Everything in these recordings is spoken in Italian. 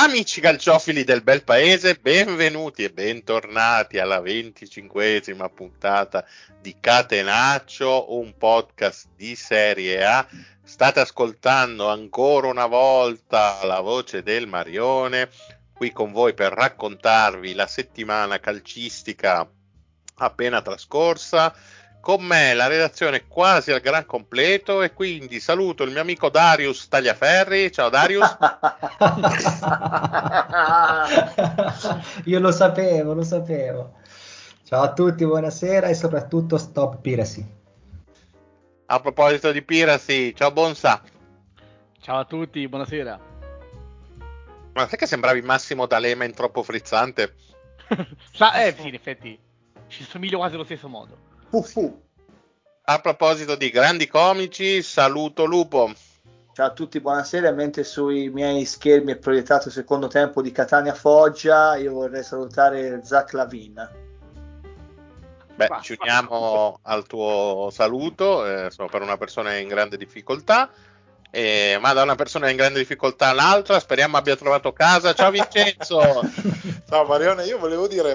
Amici calciofili del bel paese, benvenuti e bentornati alla 25esima puntata di Catenaccio, un podcast di Serie A. State ascoltando ancora una volta la voce del Marione, qui con voi per raccontarvi la settimana calcistica appena trascorsa. Con me la redazione quasi al gran completo e quindi saluto il mio amico Darius Tagliaferri. Ciao Darius. Io lo sapevo. Ciao a tutti, buonasera e soprattutto stop piracy. A proposito di piracy, ciao Bonsa. Ciao a tutti, buonasera. Ma sai che sembravi Massimo D'Alema in Troppo Frizzante? Sì, in effetti ci somiglio quasi allo stesso modo. A proposito di grandi comici, saluto Lupo. Ciao a tutti, buonasera. Mentre sui miei schermi è proiettato il secondo tempo di Catania Foggia, io vorrei salutare Zach Lavin. Beh, ci uniamo al tuo saluto, insomma, per una persona in grande difficoltà, ma da una persona in grande difficoltà all'altra, speriamo abbia trovato casa. Ciao Vincenzo! Ciao Marione, io volevo dire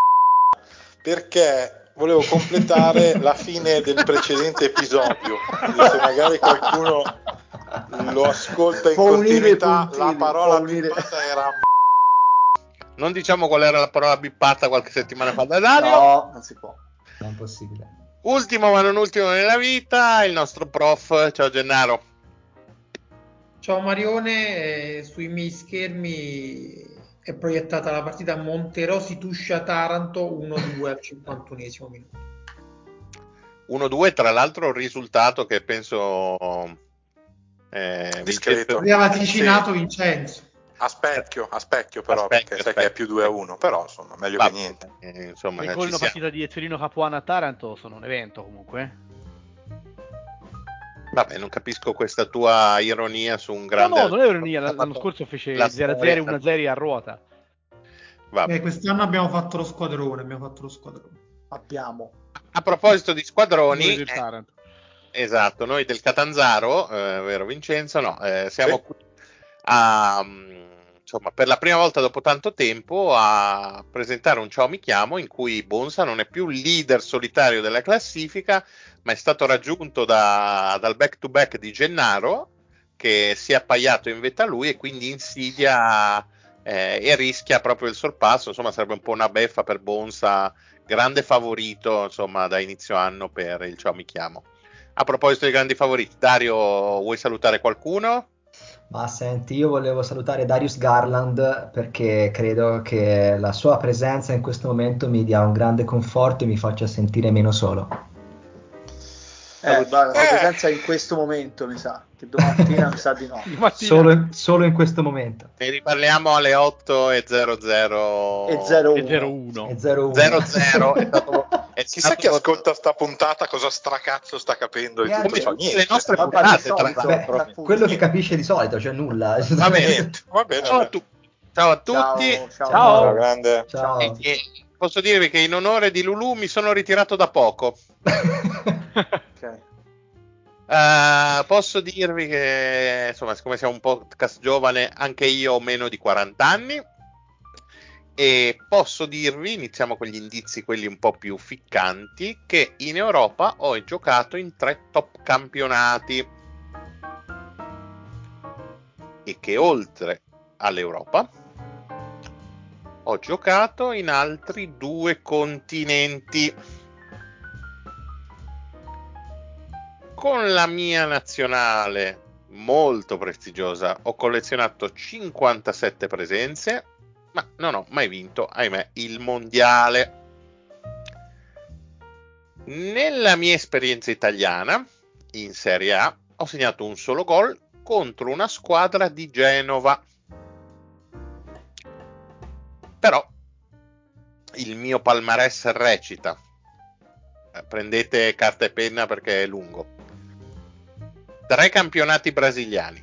perché volevo completare la fine del precedente episodio, se magari qualcuno lo ascolta in continuità, la parola bippata era non diciamo qual era la parola bippata qualche settimana fa da Dario. No, non si può. Non è possibile. Ultimo ma non ultimo nella vita, il nostro prof. Ciao Gennaro. Ciao Marione, sui miei schermi è proiettata la partita Monterosi Tuscia Taranto 1-2 al 51esimo minuto. 1-2, tra l'altro un risultato che penso discreto. Aveva vaticinato Vincenzo. A specchio però, perché sai che è più 2-1, però insomma meglio che niente. Insomma, con una partita di Torino Capuana a Taranto sono un evento comunque. Vabbè, non capisco questa tua ironia su un grande... No, non è ironia, l'anno scorso fece 0-0 e 1-0 a ruota. Quest'anno abbiamo fatto lo squadrone. A proposito di squadroni... del Taranto. Esatto, noi del Catanzaro, vero Vincenzo? No, siamo qui a... insomma, per la prima volta dopo tanto tempo a presentare un Ciao mi chiamo in cui Bonsa non è più leader solitario della classifica, ma è stato raggiunto dal back to back di Gennaro, che si è appaiato in vetta a lui e quindi insidia e rischia proprio il sorpasso. Insomma, sarebbe un po' una beffa per Bonsa, grande favorito insomma da inizio anno per il Ciao mi chiamo. A proposito dei grandi favoriti, Dario, vuoi salutare qualcuno? Ma senti, io volevo salutare Darius Garland perché credo che la sua presenza in questo momento mi dia un grande conforto e mi faccia sentire meno solo. La presenza in questo momento mi sa, che domattina mi sa di no. Solo in questo momento. Ne riparliamo alle 8:00 e 01. 00. Chissà chi ascolta sta puntata cosa stracazzo sta capendo di tutto ciò. Le nostre puntate, quello che capisce di solito, cioè nulla. Va bene. Ciao a tutti. Ciao. Grande. Ciao. E posso dirvi che in onore di Lulu mi sono ritirato da poco. Ok. Posso dirvi che insomma, siccome siamo un podcast giovane, anche io ho meno di 40 anni. E posso dirvi, iniziamo con gli indizi, quelli un po' più ficcanti, che in Europa ho giocato in 3 top campionati e che oltre all'Europa ho giocato in altri 2 continenti. Con la mia nazionale molto prestigiosa ho collezionato 57 presenze, ma non ho mai vinto, ahimè, il mondiale. Nella mia esperienza italiana in Serie A ho segnato un solo gol contro una squadra di Genova. Però il mio palmarès recita, prendete carta e penna perché è lungo: 3 campionati brasiliani,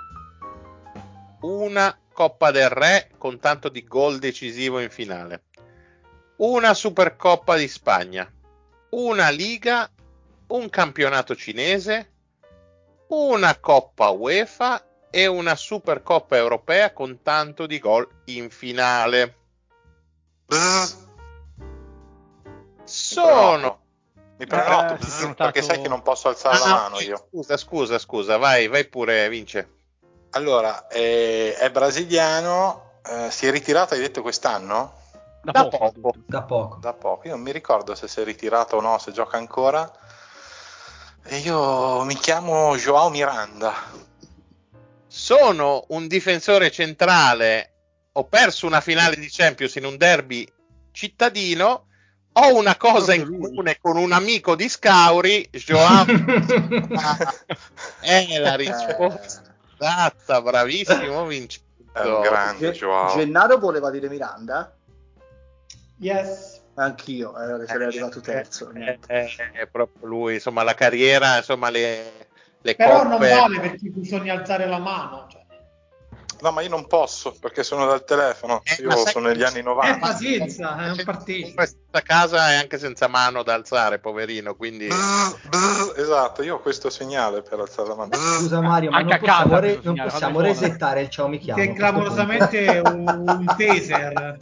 una Coppa del Re con tanto di gol decisivo in finale, una Supercoppa di Spagna, una Liga, un campionato cinese, una Coppa UEFA e una Supercoppa europea con tanto di gol in finale. Sono mi prenoto perché sai che non posso alzare la mano io. Scusa, vai pure, Vince. Allora, è brasiliano, si è ritirato, hai detto, quest'anno? Da poco. Io non mi ricordo se si è ritirato o no, se gioca ancora. E io mi chiamo João Miranda. Sono un difensore centrale, ho perso una finale di Champions in un derby cittadino, ho una cosa in comune con un amico di Scauri, Joao. È la risposta esatta, bravissimo Vincenzo. È un grande Joao. Gennaro voleva dire Miranda? Yes. Anch'io, sarei arrivato terzo. È proprio lui, insomma, la carriera, insomma, le però coppe. Non vale perché bisogna alzare la mano. Cioè. No, ma io non posso perché sono dal telefono. Io sono negli anni 90. Pazienza, è un partito. Questa casa è anche senza mano da alzare, poverino. Quindi esatto, io ho questo segnale per alzare la mano. Scusa Mario, ma non possiamo resettare il ciao mi chiamo. Che è clamorosamente un taser.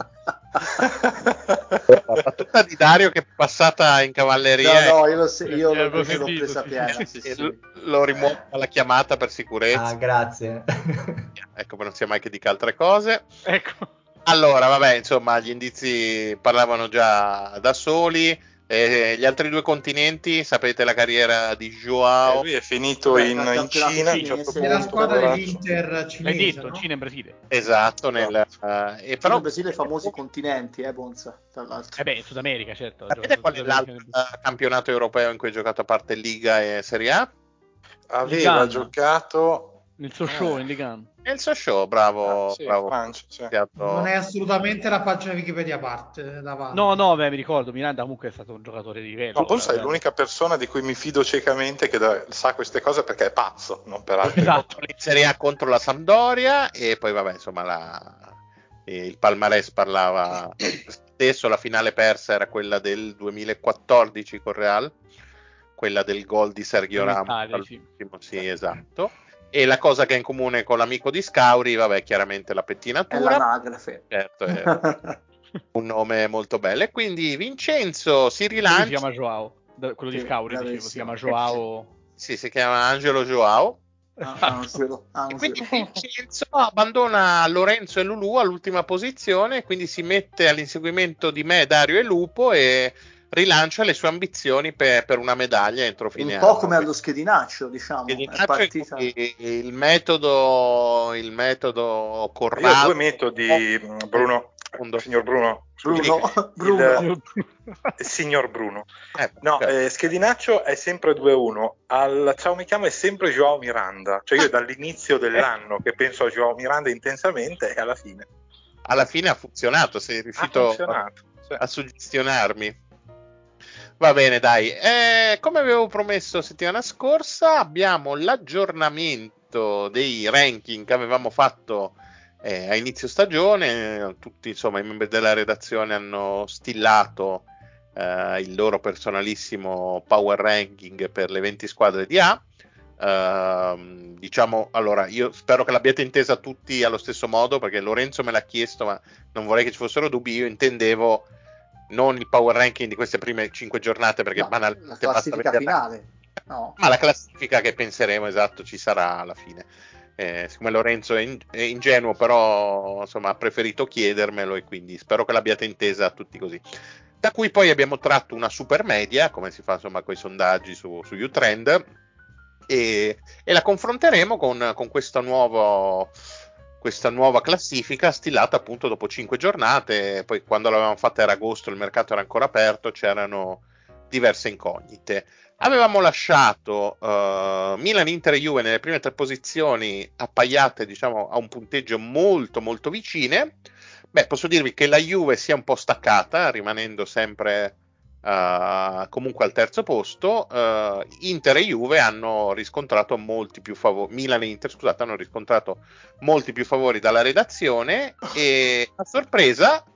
La battuta di Dario che è passata in cavalleria. No, io l'ho presa piena. Sì. Lo rimuovo dalla chiamata per sicurezza. Ah, grazie. Ecco, non sia mai che dica altre cose. Ecco. Allora, vabbè, insomma, gli indizi parlavano già da soli. Gli altri due continenti, sapete la carriera di Joao? Lui è finito in Cina. Nella squadra dell'Inter cinese. L'hai detto, no? Cina e Brasile. Esatto, però in Brasile famosi continenti, Bonza, tra l'altro. Sud America, certo. Sapete qual è l'altro campionato europeo in cui ha giocato a parte Liga e Serie A? Aveva giocato nel suo show in Liga. Nel suo show, bravo. Francia, sì. Non è assolutamente la pagina Wikipedia a parte davanti. No, mi ricordo, Miranda comunque è stato un giocatore di livello. No, Ponza è l'unica persona di cui mi fido ciecamente che sa queste cose perché è pazzo, non per altre esatto. In Serie A contro la Sampdoria e poi vabbè, insomma il palmarès parlava stesso, la finale persa era quella del 2014 con Real, quella del gol di Sergio Ramos. Sì, esatto. E la cosa che è in comune con l'amico di Scauri, vabbè, chiaramente la pettinatura. È l'anagrafe. Certo, è un nome molto bello. E quindi Vincenzo si rilancia. Si chiama Joao, quello di Scauri, dicevo, si chiama Joao. Sì, si chiama Angelo Joao. Angelo. E quindi Vincenzo abbandona Lorenzo e Lulù all'ultima posizione, quindi si mette all'inseguimento di me, Dario e Lupo e rilancia le sue ambizioni per una medaglia entro fine anno. Un po' come allo schedinaccio, diciamo. Il metodo Corrado. Io ho due metodi, Bruno. Signor Bruno. Bruno. Signor Bruno. Schedinaccio è sempre 2-1. Al ciao mi chiamo è sempre Joao Miranda. Cioè io dall'inizio dell'anno che penso a Joao Miranda intensamente e alla fine ha funzionato. Sei riuscito a suggestionarmi. Va bene, dai. Come avevo promesso settimana scorsa, abbiamo l'aggiornamento dei ranking che avevamo fatto a inizio stagione. Tutti, insomma, i membri della redazione hanno stillato il loro personalissimo power ranking per le 20 squadre di A. Diciamo, allora, io spero che l'abbiate intesa tutti allo stesso modo, perché Lorenzo me l'ha chiesto, ma non vorrei che ci fossero dubbi. Io intendevo non il power ranking di queste prime 5 giornate, perché banalmente la classifica finale, ma la classifica che penseremo, esatto, ci sarà alla fine. Siccome Lorenzo è ingenuo, però insomma ha preferito chiedermelo, e quindi spero che l'abbiate intesa tutti così. Da cui poi abbiamo tratto una super media, come si fa insomma con i sondaggi su Utrend, e la confronteremo con questa nuova classifica stilata appunto dopo 5 giornate. Poi quando l'avevamo fatta era agosto, il mercato era ancora aperto, c'erano diverse incognite. Avevamo lasciato Milan, Inter e Juve nelle prime 3 posizioni, appaiate diciamo a un punteggio molto molto vicine. Posso dirvi che la Juve si è un po' staccata, rimanendo sempre comunque al terzo posto. Inter e Juve hanno riscontrato molti più favori. Milan e Inter, scusate, hanno riscontrato molti più favori dalla redazione e a sorpresa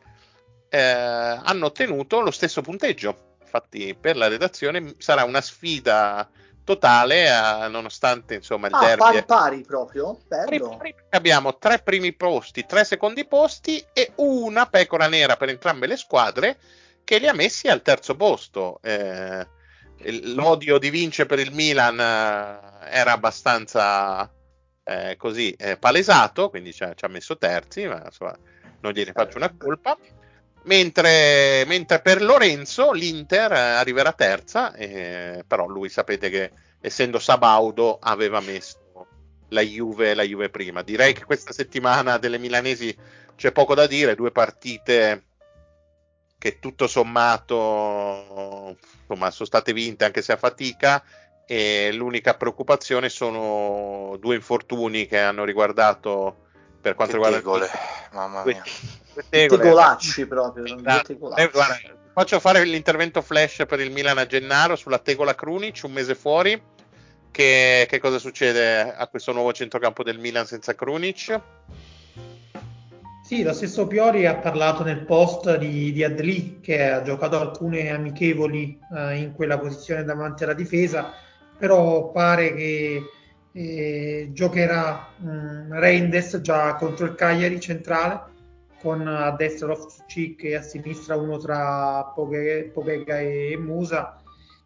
hanno ottenuto lo stesso punteggio. Infatti per la redazione sarà una sfida totale, nonostante insomma il derby pari proprio, bello. Abbiamo 3 primi posti, 3 secondi posti e una pecora nera per entrambe le squadre che li ha messi al terzo posto. L'odio di Vince per il Milan era abbastanza palesato, quindi ci ha messo terzi, ma insomma non gliene faccio una colpa. Mentre per Lorenzo l'Inter arriverà terza, però lui sapete che essendo Sabaudo aveva messo la Juve prima. Direi che questa settimana delle milanesi c'è poco da dire, 2 partite che tutto sommato insomma, sono state vinte anche se a fatica, e l'unica preoccupazione sono 2 infortuni che hanno riguardato, per quanto riguarda mamma mia, tegolacci proprio. Guarda, faccio fare l'intervento flash per il Milan a Gennaro sulla tegola Krunic, un mese fuori. Che cosa succede a questo nuovo centrocampo del Milan senza Krunic? Sì, lo stesso Pioli ha parlato nel post di Adli, che ha giocato alcune amichevoli in quella posizione davanti alla difesa, però pare che giocherà Reinders già contro il Cagliari centrale, con a destra Loftus-Cheek e a sinistra uno tra Pobega e Musa.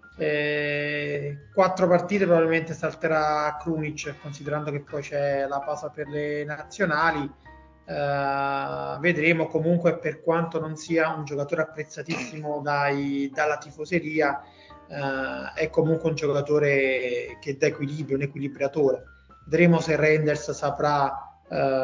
4 partite probabilmente salterà Krunic, considerando che poi c'è la pausa per le nazionali. Vedremo. Comunque, per quanto non sia un giocatore apprezzatissimo dalla tifoseria, è comunque un giocatore che dà equilibrio, un equilibratore. Vedremo se Reinders saprà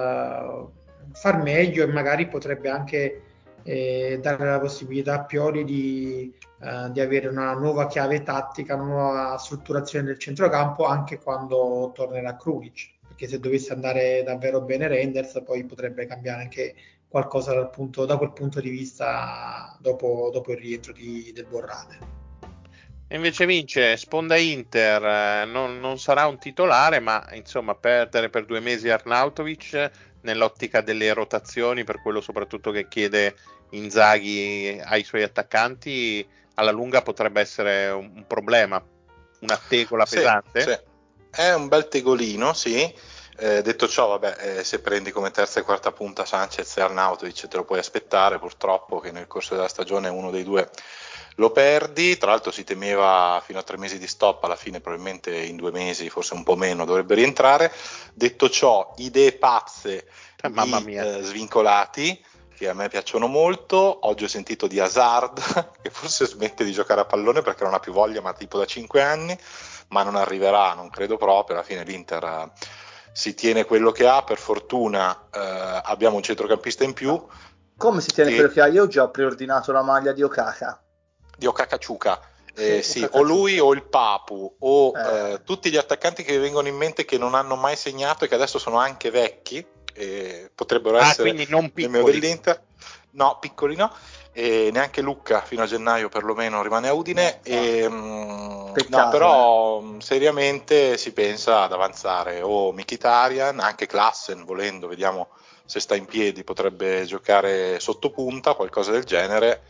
far meglio, e magari potrebbe anche dare la possibilità a Pioli di avere una nuova chiave tattica, una nuova strutturazione del centrocampo anche quando tornerà Krunic, perché se dovesse andare davvero bene Reinders poi potrebbe cambiare anche qualcosa da quel punto di vista dopo il rientro del Borrate. E invece Vince, sponda Inter, non sarà un titolare, ma insomma perdere per 2 mesi Arnautovic nell'ottica delle rotazioni, per quello soprattutto che chiede Inzaghi ai suoi attaccanti, alla lunga potrebbe essere un problema, una tegola pesante. Sì. È un bel tegolino, sì. Detto ciò, se prendi come terza e quarta punta Sanchez e Arnautovic te lo puoi aspettare, purtroppo che nel corso della stagione uno dei due lo perdi. Tra l'altro si temeva fino a 3 mesi di stop, alla fine probabilmente in 2 mesi, forse un po' meno, dovrebbe rientrare. Detto ciò, idee pazze Mamma mia. Svincolati, che a me piacciono molto. Oggi ho sentito di Hazard che forse smette di giocare a pallone perché non ha più voglia, ma tipo da 5 anni, ma non arriverà, non credo proprio. Alla fine l'Inter si tiene quello che ha, per fortuna abbiamo un centrocampista in più. Come si tiene quello che ha? Io ho già preordinato la maglia di Okaka. Di Okaka-Ciuca. Sì, o lui o il Papu o tutti gli attaccanti che vengono in mente che non hanno mai segnato e che adesso sono anche vecchi, potrebbero essere quindi non piccoli dell'Inter. No, piccoli no, e neanche Lucca fino a gennaio perlomeno rimane a Udine. Peccato, no, però seriamente si pensa ad avanzare o Mkhitaryan, anche Klassen volendo, vediamo se sta in piedi, potrebbe giocare sotto punta, qualcosa del genere.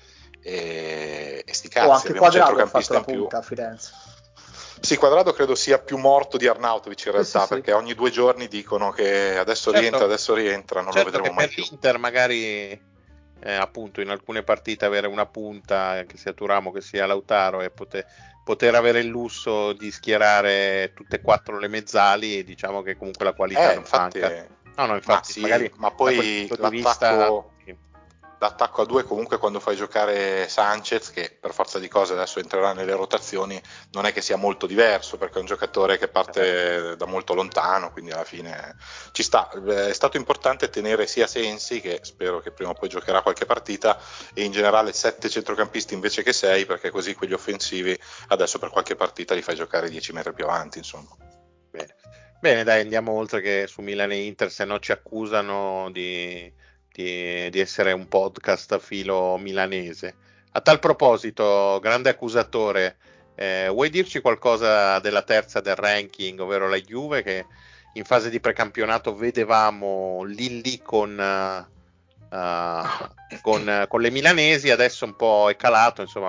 E sti cazzi, o anche abbiamo un Quadrado ha fatto la in più. punta a Firenze. Sì, Quadrado credo sia più morto di Arnautovic in realtà, sì. perché ogni 2 giorni dicono che adesso rientra, non lo vedremo mai più. L'Inter magari appunto in alcune partite avere una punta, che sia Turamo che sia Lautaro, e poter avere il lusso di schierare tutte e 4 le mezzali, diciamo che comunque la qualità non infatti, manca. No, infatti, magari ma poi l'attacco a 2 comunque, quando fai giocare Sanchez, che per forza di cose adesso entrerà nelle rotazioni, non è che sia molto diverso, perché è un giocatore che parte da molto lontano, quindi alla fine ci sta. È stato importante tenere sia Sensi, che spero che prima o poi giocherà qualche partita, e in generale 7 centrocampisti invece che 6, perché così quelli offensivi adesso per qualche partita li fai giocare 10 metri più avanti, insomma. Bene, dai, andiamo oltre che su Milan e Inter, se no ci accusano di essere un podcast filo milanese. A tal proposito, grande accusatore, vuoi dirci qualcosa della terza del ranking, ovvero la Juve, che in fase di precampionato vedevamo lì con le milanesi, adesso un po' è calato, insomma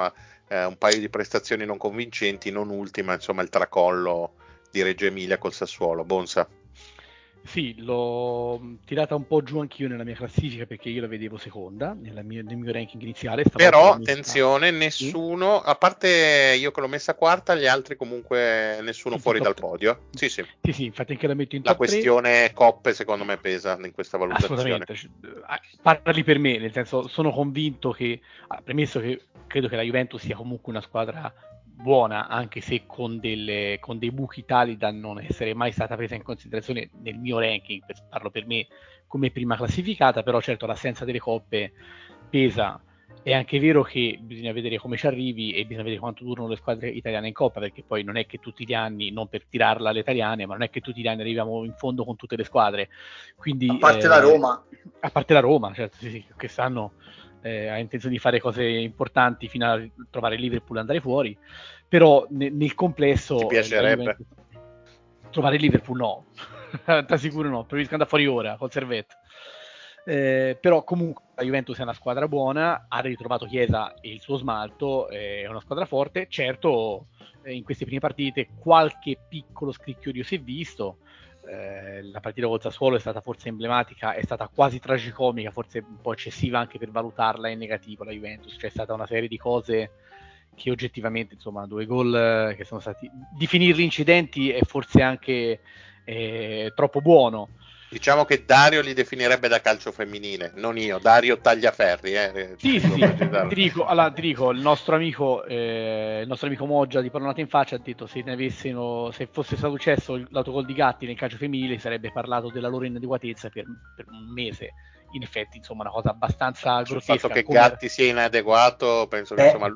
un paio di prestazioni non convincenti, non ultima insomma il tracollo di Reggio Emilia col Sassuolo. Bonsa. Sì, l'ho tirata un po' giù anch'io nella mia classifica perché io la vedevo seconda nel mio ranking iniziale. Però attenzione, nessuno, a parte io che l'ho messa quarta, gli altri comunque nessuno fuori dal podio. Sì, infatti anche la metto in la top questione 3. Coppe secondo me pesa in questa valutazione. Assolutamente, parli per me, nel senso sono convinto che, premesso che credo che la Juventus sia comunque una squadra buona, anche se con dei buchi tali da non essere mai stata presa in considerazione nel mio ranking, parlo per me come prima classificata, però certo l'assenza delle coppe pesa. È anche vero che bisogna vedere come ci arrivi e bisogna vedere quanto durano le squadre italiane in Coppa, perché poi non è che tutti gli anni, non per tirarla alle italiane, ma non è che tutti gli anni arriviamo in fondo con tutte le squadre. Quindi, a parte la Roma. A parte la Roma, certo, sì, quest'anno ha intenzione di fare cose importanti fino a trovare il Liverpool e andare fuori, però nel complesso... Ti piacerebbe? Trovare il Liverpool no, ti sicuro no, preferisco andare fuori ora, col servetto. Però comunque la Juventus è una squadra buona, ha ritrovato Chiesa e il suo smalto, è una squadra forte. Certo, in queste prime partite qualche piccolo scricchiorio si è visto. La partita col Sassuolo è stata forse emblematica, è stata quasi tragicomica, forse un po' eccessiva anche per valutarla in negativo la Juventus. C'è stata una serie di cose che oggettivamente, insomma, 2 gol che sono stati, definirli incidenti è forse anche troppo buono. Diciamo che Dario li definirebbe da calcio femminile, non io, Dario Tagliaferri. Sì. Ti dico, il nostro amico Moggia di Parlato in Faccia ha detto se fosse stato successo l'autogol di Gatti nel calcio femminile sarebbe parlato della loro inadeguatezza per un mese. In effetti, insomma, una cosa abbastanza grottesca. Sul fatto che Gatti sia inadeguato, penso che insomma...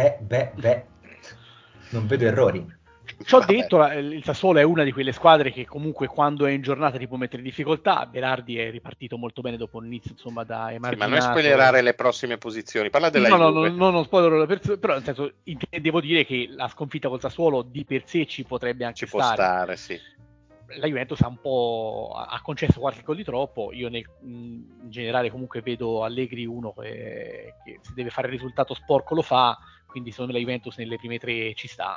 non vedo errori. Ci ho detto, il Sassuolo è una di quelle squadre che comunque quando è in giornata ti può mettere in difficoltà. Berardi è ripartito molto bene dopo un inizio, insomma, da emarginato. Sì, ma non spoilerare le prossime posizioni, parla della Juve. No, non spoilerò però nel senso, devo dire che la sconfitta col Sassuolo di per sé ci potrebbe anche stare. Può stare, sì. La Juventus ha concesso qualche gol di troppo. Io in generale comunque vedo Allegri uno che se deve fare il risultato sporco lo fa, quindi secondo me la Juventus nelle prime 3 ci sta.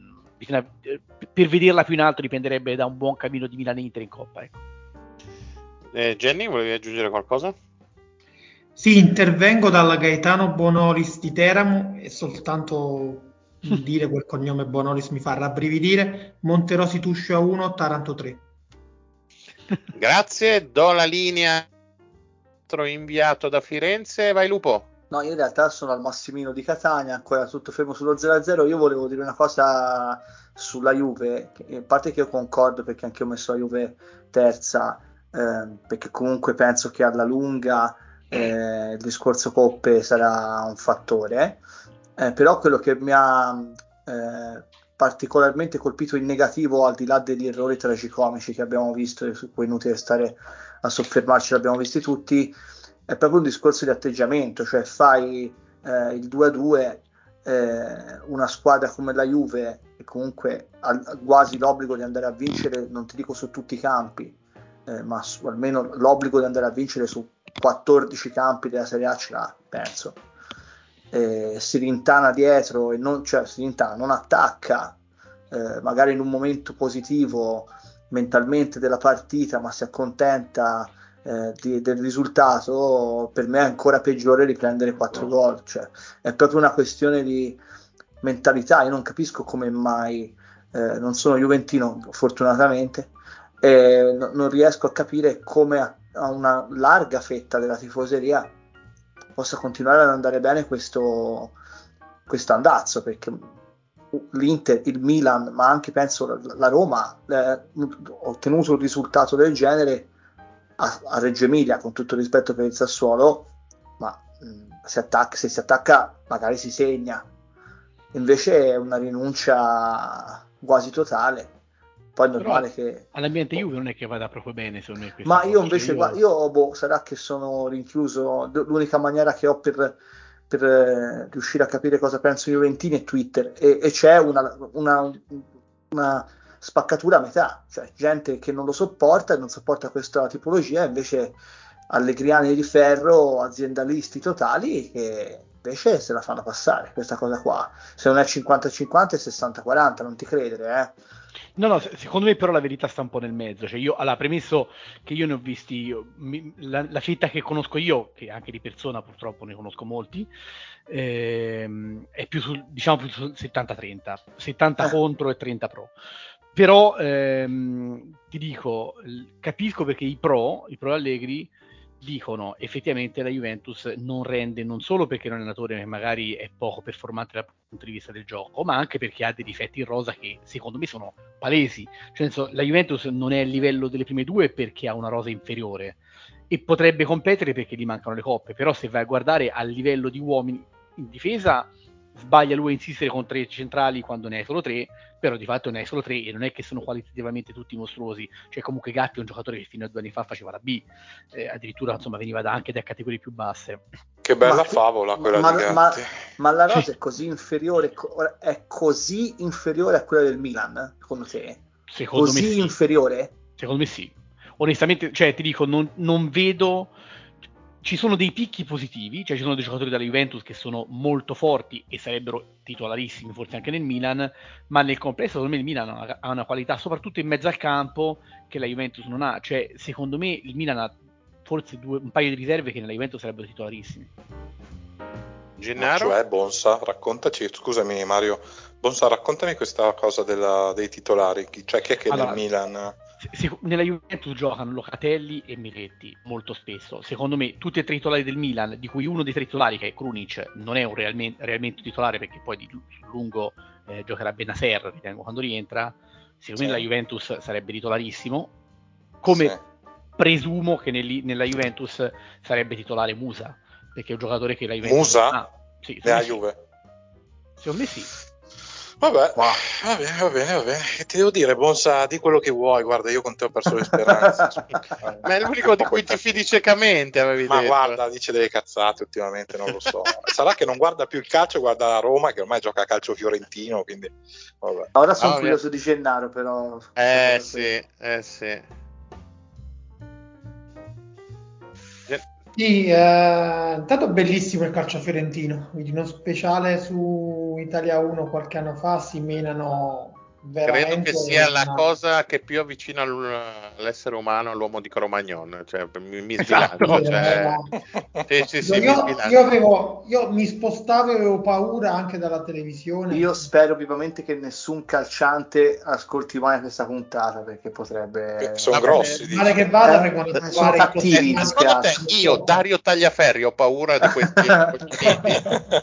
Per vederla più in alto dipenderebbe da un buon cammino di Milan e Inter in Coppa, ecco. Jenny, volevi aggiungere qualcosa? Sì, intervengo dal Gaetano Bonolis di Teramo e soltanto dire quel cognome Bonolis mi fa rabbrividire. Monterosi Tuscio a 1, Taranto 3. Grazie, do la linea inviato da Firenze, vai Lupo. No, in realtà sono al Massimino di Catania, ancora tutto fermo sullo 0-0. Io volevo dire una cosa sulla Juve, a parte che io concordo perché anche io ho messo la Juve terza, perché comunque penso che alla lunga il discorso coppe sarà un fattore, però quello che mi ha particolarmente colpito in negativo, al di là degli errori tragicomici che abbiamo visto e su cui è inutile stare a soffermarci, l'abbiamo visti tutti, è proprio un discorso di atteggiamento, cioè fai il 2-2, una squadra come la Juve che comunque ha quasi l'obbligo di andare a vincere, non ti dico su tutti i campi, ma almeno l'obbligo di andare a vincere su 14 campi della Serie A ce l'ha, penso. Si rintana dietro e non attacca, magari in un momento positivo mentalmente della partita, ma si accontenta del risultato. Per me è ancora peggiore riprendere 4 gol, cioè è proprio una questione di mentalità. Io non capisco come mai, non sono juventino fortunatamente, non riesco a capire come a una larga fetta della tifoseria possa continuare ad andare bene questo andazzo, perché l'Inter, il Milan, ma anche penso la Roma ha ottenuto un risultato del genere a Reggio Emilia, con tutto il rispetto per il Sassuolo, ma se si attacca magari si segna, invece è una rinuncia quasi totale. Poi è normale che all'ambiente Juve non è che vada proprio bene, secondo me, ma io invece sarà che sono rinchiuso, l'unica maniera che ho per riuscire a capire cosa penso i juventini è Twitter, e c'è una spaccatura a metà, cioè gente che non lo sopporta e non sopporta questa tipologia, invece allegriani di ferro, aziendalisti totali che invece se la fanno passare questa cosa qua, se non è 50-50 è 60-40, non ti credere, No, secondo me però la verità sta un po' nel mezzo, cioè io, allora, premesso che io ne ho visti, la fetta che conosco io, che anche di persona purtroppo ne conosco molti, è più sul 70-30, 70 contro e 30 pro. Però ti dico, capisco perché i pro Allegri dicono effettivamente la Juventus non rende, non solo perché è un allenatore che magari è poco performante dal punto di vista del gioco, ma anche perché ha dei difetti in rosa che secondo me sono palesi. Cioè, la Juventus non è a livello delle prime due perché ha una rosa inferiore e potrebbe competere perché gli mancano le coppe, però se vai a guardare a livello di uomini in difesa sbaglia lui a insistere con 3 centrali quando ne hai solo 3, però di fatto ne hai solo 3 e non è che sono qualitativamente tutti mostruosi. Cioè comunque Gatti è un giocatore che fino a 2 anni fa faceva la B, addirittura insomma veniva anche da categorie più basse. Che bella favola quella di Gatti. Ma la rosa è così inferiore a quella del Milan, secondo te? Secondo così me sì. Inferiore? Secondo me sì. Onestamente, cioè ti dico, non vedo. Ci sono dei picchi positivi, cioè ci sono dei giocatori della Juventus che sono molto forti e sarebbero titolarissimi forse anche nel Milan, ma nel complesso secondo me il Milan ha una qualità soprattutto in mezzo al campo che la Juventus non ha, cioè secondo me il Milan ha forse un paio di riserve che nella Juventus sarebbero titolarissimi. Gennaro? Cioè Bonsa, raccontaci, scusami Mario, Bonsa, raccontami questa cosa dei titolari, cioè chi è che allora, nel Milan... Nella Juventus giocano Locatelli e Miretti molto spesso. Secondo me tutti e tre i titolari del Milan, di cui uno dei tre titolari che è Krunic non è un realmente titolare perché poi sul lungo giocherà Bennacer, ritengo, quando rientra. Secondo me la Juventus sarebbe titolarissimo, come presumo che nella Juventus sarebbe titolare Musa, perché è un giocatore che la Juventus Musa? Sì, nella Juve? Secondo me sì. Vabbè, va bene. Che ti devo dire, Bonsa, di quello che vuoi, guarda, io con te ho perso le speranze. Ma è l'unico di cui ti fidi ciecamente, avevi Ma detto. guarda, dice delle cazzate ultimamente, non lo so. Sarà che non guarda più il calcio, guarda la Roma, che ormai gioca a calcio fiorentino, quindi vabbè. Ora sono curioso di Gennaro, però. Sì. Sì, intanto bellissimo il calcio fiorentino, quindi uno speciale su Italia 1 qualche anno fa si menano veramente. Credo che sia la cosa che più avvicina l'essere umano all'uomo di Cro-Magnon, cioè mi sbilancio. Io mi spostavo e avevo paura anche dalla televisione. Io spero vivamente che nessun calciante ascolti mai questa puntata, perché potrebbe... sono grossi, male che vada, sono cattivi. Secondo te io, Dario Tagliaferri, ho paura di questi coglioni?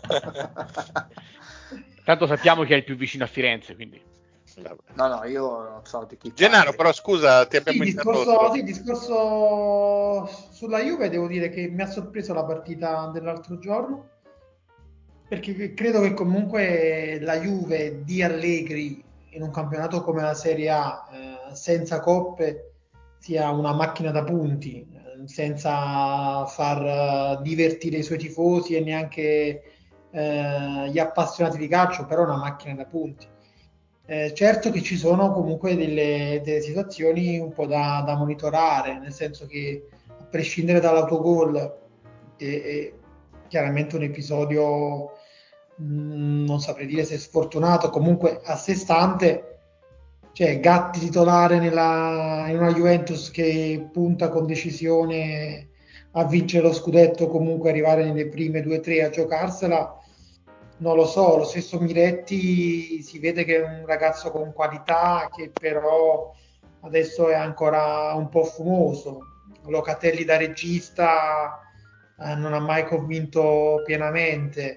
Tanto sappiamo che è il più vicino a Firenze, quindi... No, io non so di chi Gennaro, però scusa, ti abbiamo interrotto. Discorso sulla Juve, devo dire che mi ha sorpreso la partita dell'altro giorno, perché credo che comunque la Juve di Allegri in un campionato come la Serie A, senza coppe, sia una macchina da punti, senza far divertire i suoi tifosi e neanche gli appassionati di calcio, però una macchina da punti. Certo che ci sono comunque delle situazioni un po' da monitorare, nel senso che a prescindere dall'autogol, che è chiaramente un episodio, non saprei dire se sfortunato, comunque a sé stante, cioè Gatti titolare in una Juventus che punta con decisione a vincere lo scudetto, comunque arrivare nelle prime 2-3 a giocarsela. Non lo so, lo stesso Miretti si vede che è un ragazzo con qualità che però adesso è ancora un po' fumoso. Locatelli da regista non ha mai convinto pienamente.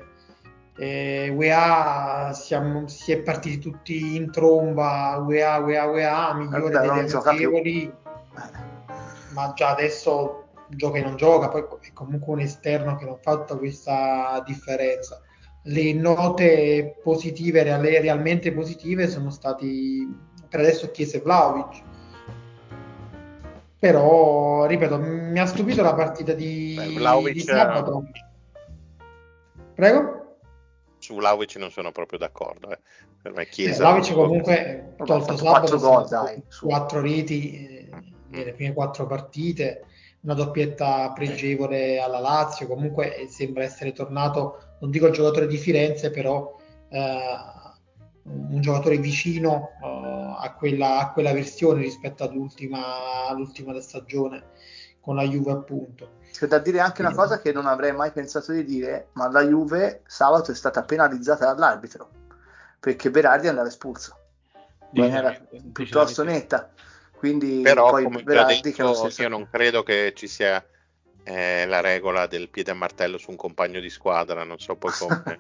UEA si è partiti tutti in tromba, UEA, migliore degli amichevoli, ma già adesso gioca e non gioca, poi è comunque un esterno che non fa tutta questa differenza. Le note positive, realmente positive, sono stati per adesso Chiesa e Vlahovic. Però, ripeto, mi ha stupito la partita di sabato. Prego? Su Vlahovic non sono proprio d'accordo. Per me Chiesa... Vlahovic comunque, tolto sabato, 4 reti nelle prime 4 partite, una doppietta pregevole alla Lazio, comunque sembra essere tornato non dico il giocatore di Firenze, però un giocatore vicino a quella versione rispetto all'ultima della stagione con la Juve, appunto. C'è da dire anche una cosa che non avrei mai pensato di dire, ma la Juve sabato è stata penalizzata dall'arbitro perché Berardi andava espulso in maniera piuttosto netta, quindi però poi come Berardi detto, che non si è io non credo che ci sia la regola del piede a martello su un compagno di squadra, non so poi come.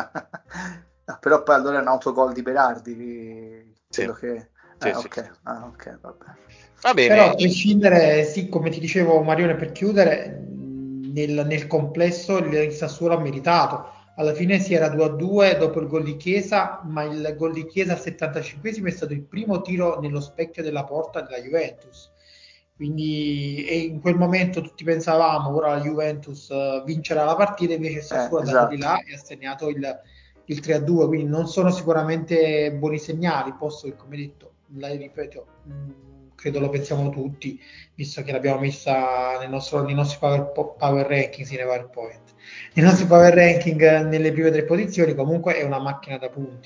No, però poi allora è un autogol di Berardi, quello sì. che Sì. ok, vabbè. Va bene. Però a prescindere, sì, come ti dicevo Marione, per chiudere, nel complesso il Sassuolo ha meritato. Alla fine si era 2-2 dopo il gol di Chiesa, ma il gol di Chiesa al 75esimo è stato il primo tiro nello specchio della porta della Juventus. Quindi e in quel momento tutti pensavamo ora la Juventus vincerà la partita, invece il Sassuolo è andato di là e ha segnato il 3-2, quindi non sono sicuramente buoni segnali, posto che, come detto, la ripeto, credo lo pensiamo tutti, visto che l'abbiamo messa nei nostri power ranking, nei PowerPoint, nei nostri power ranking nelle prime 3 posizioni. Comunque è una macchina da punti.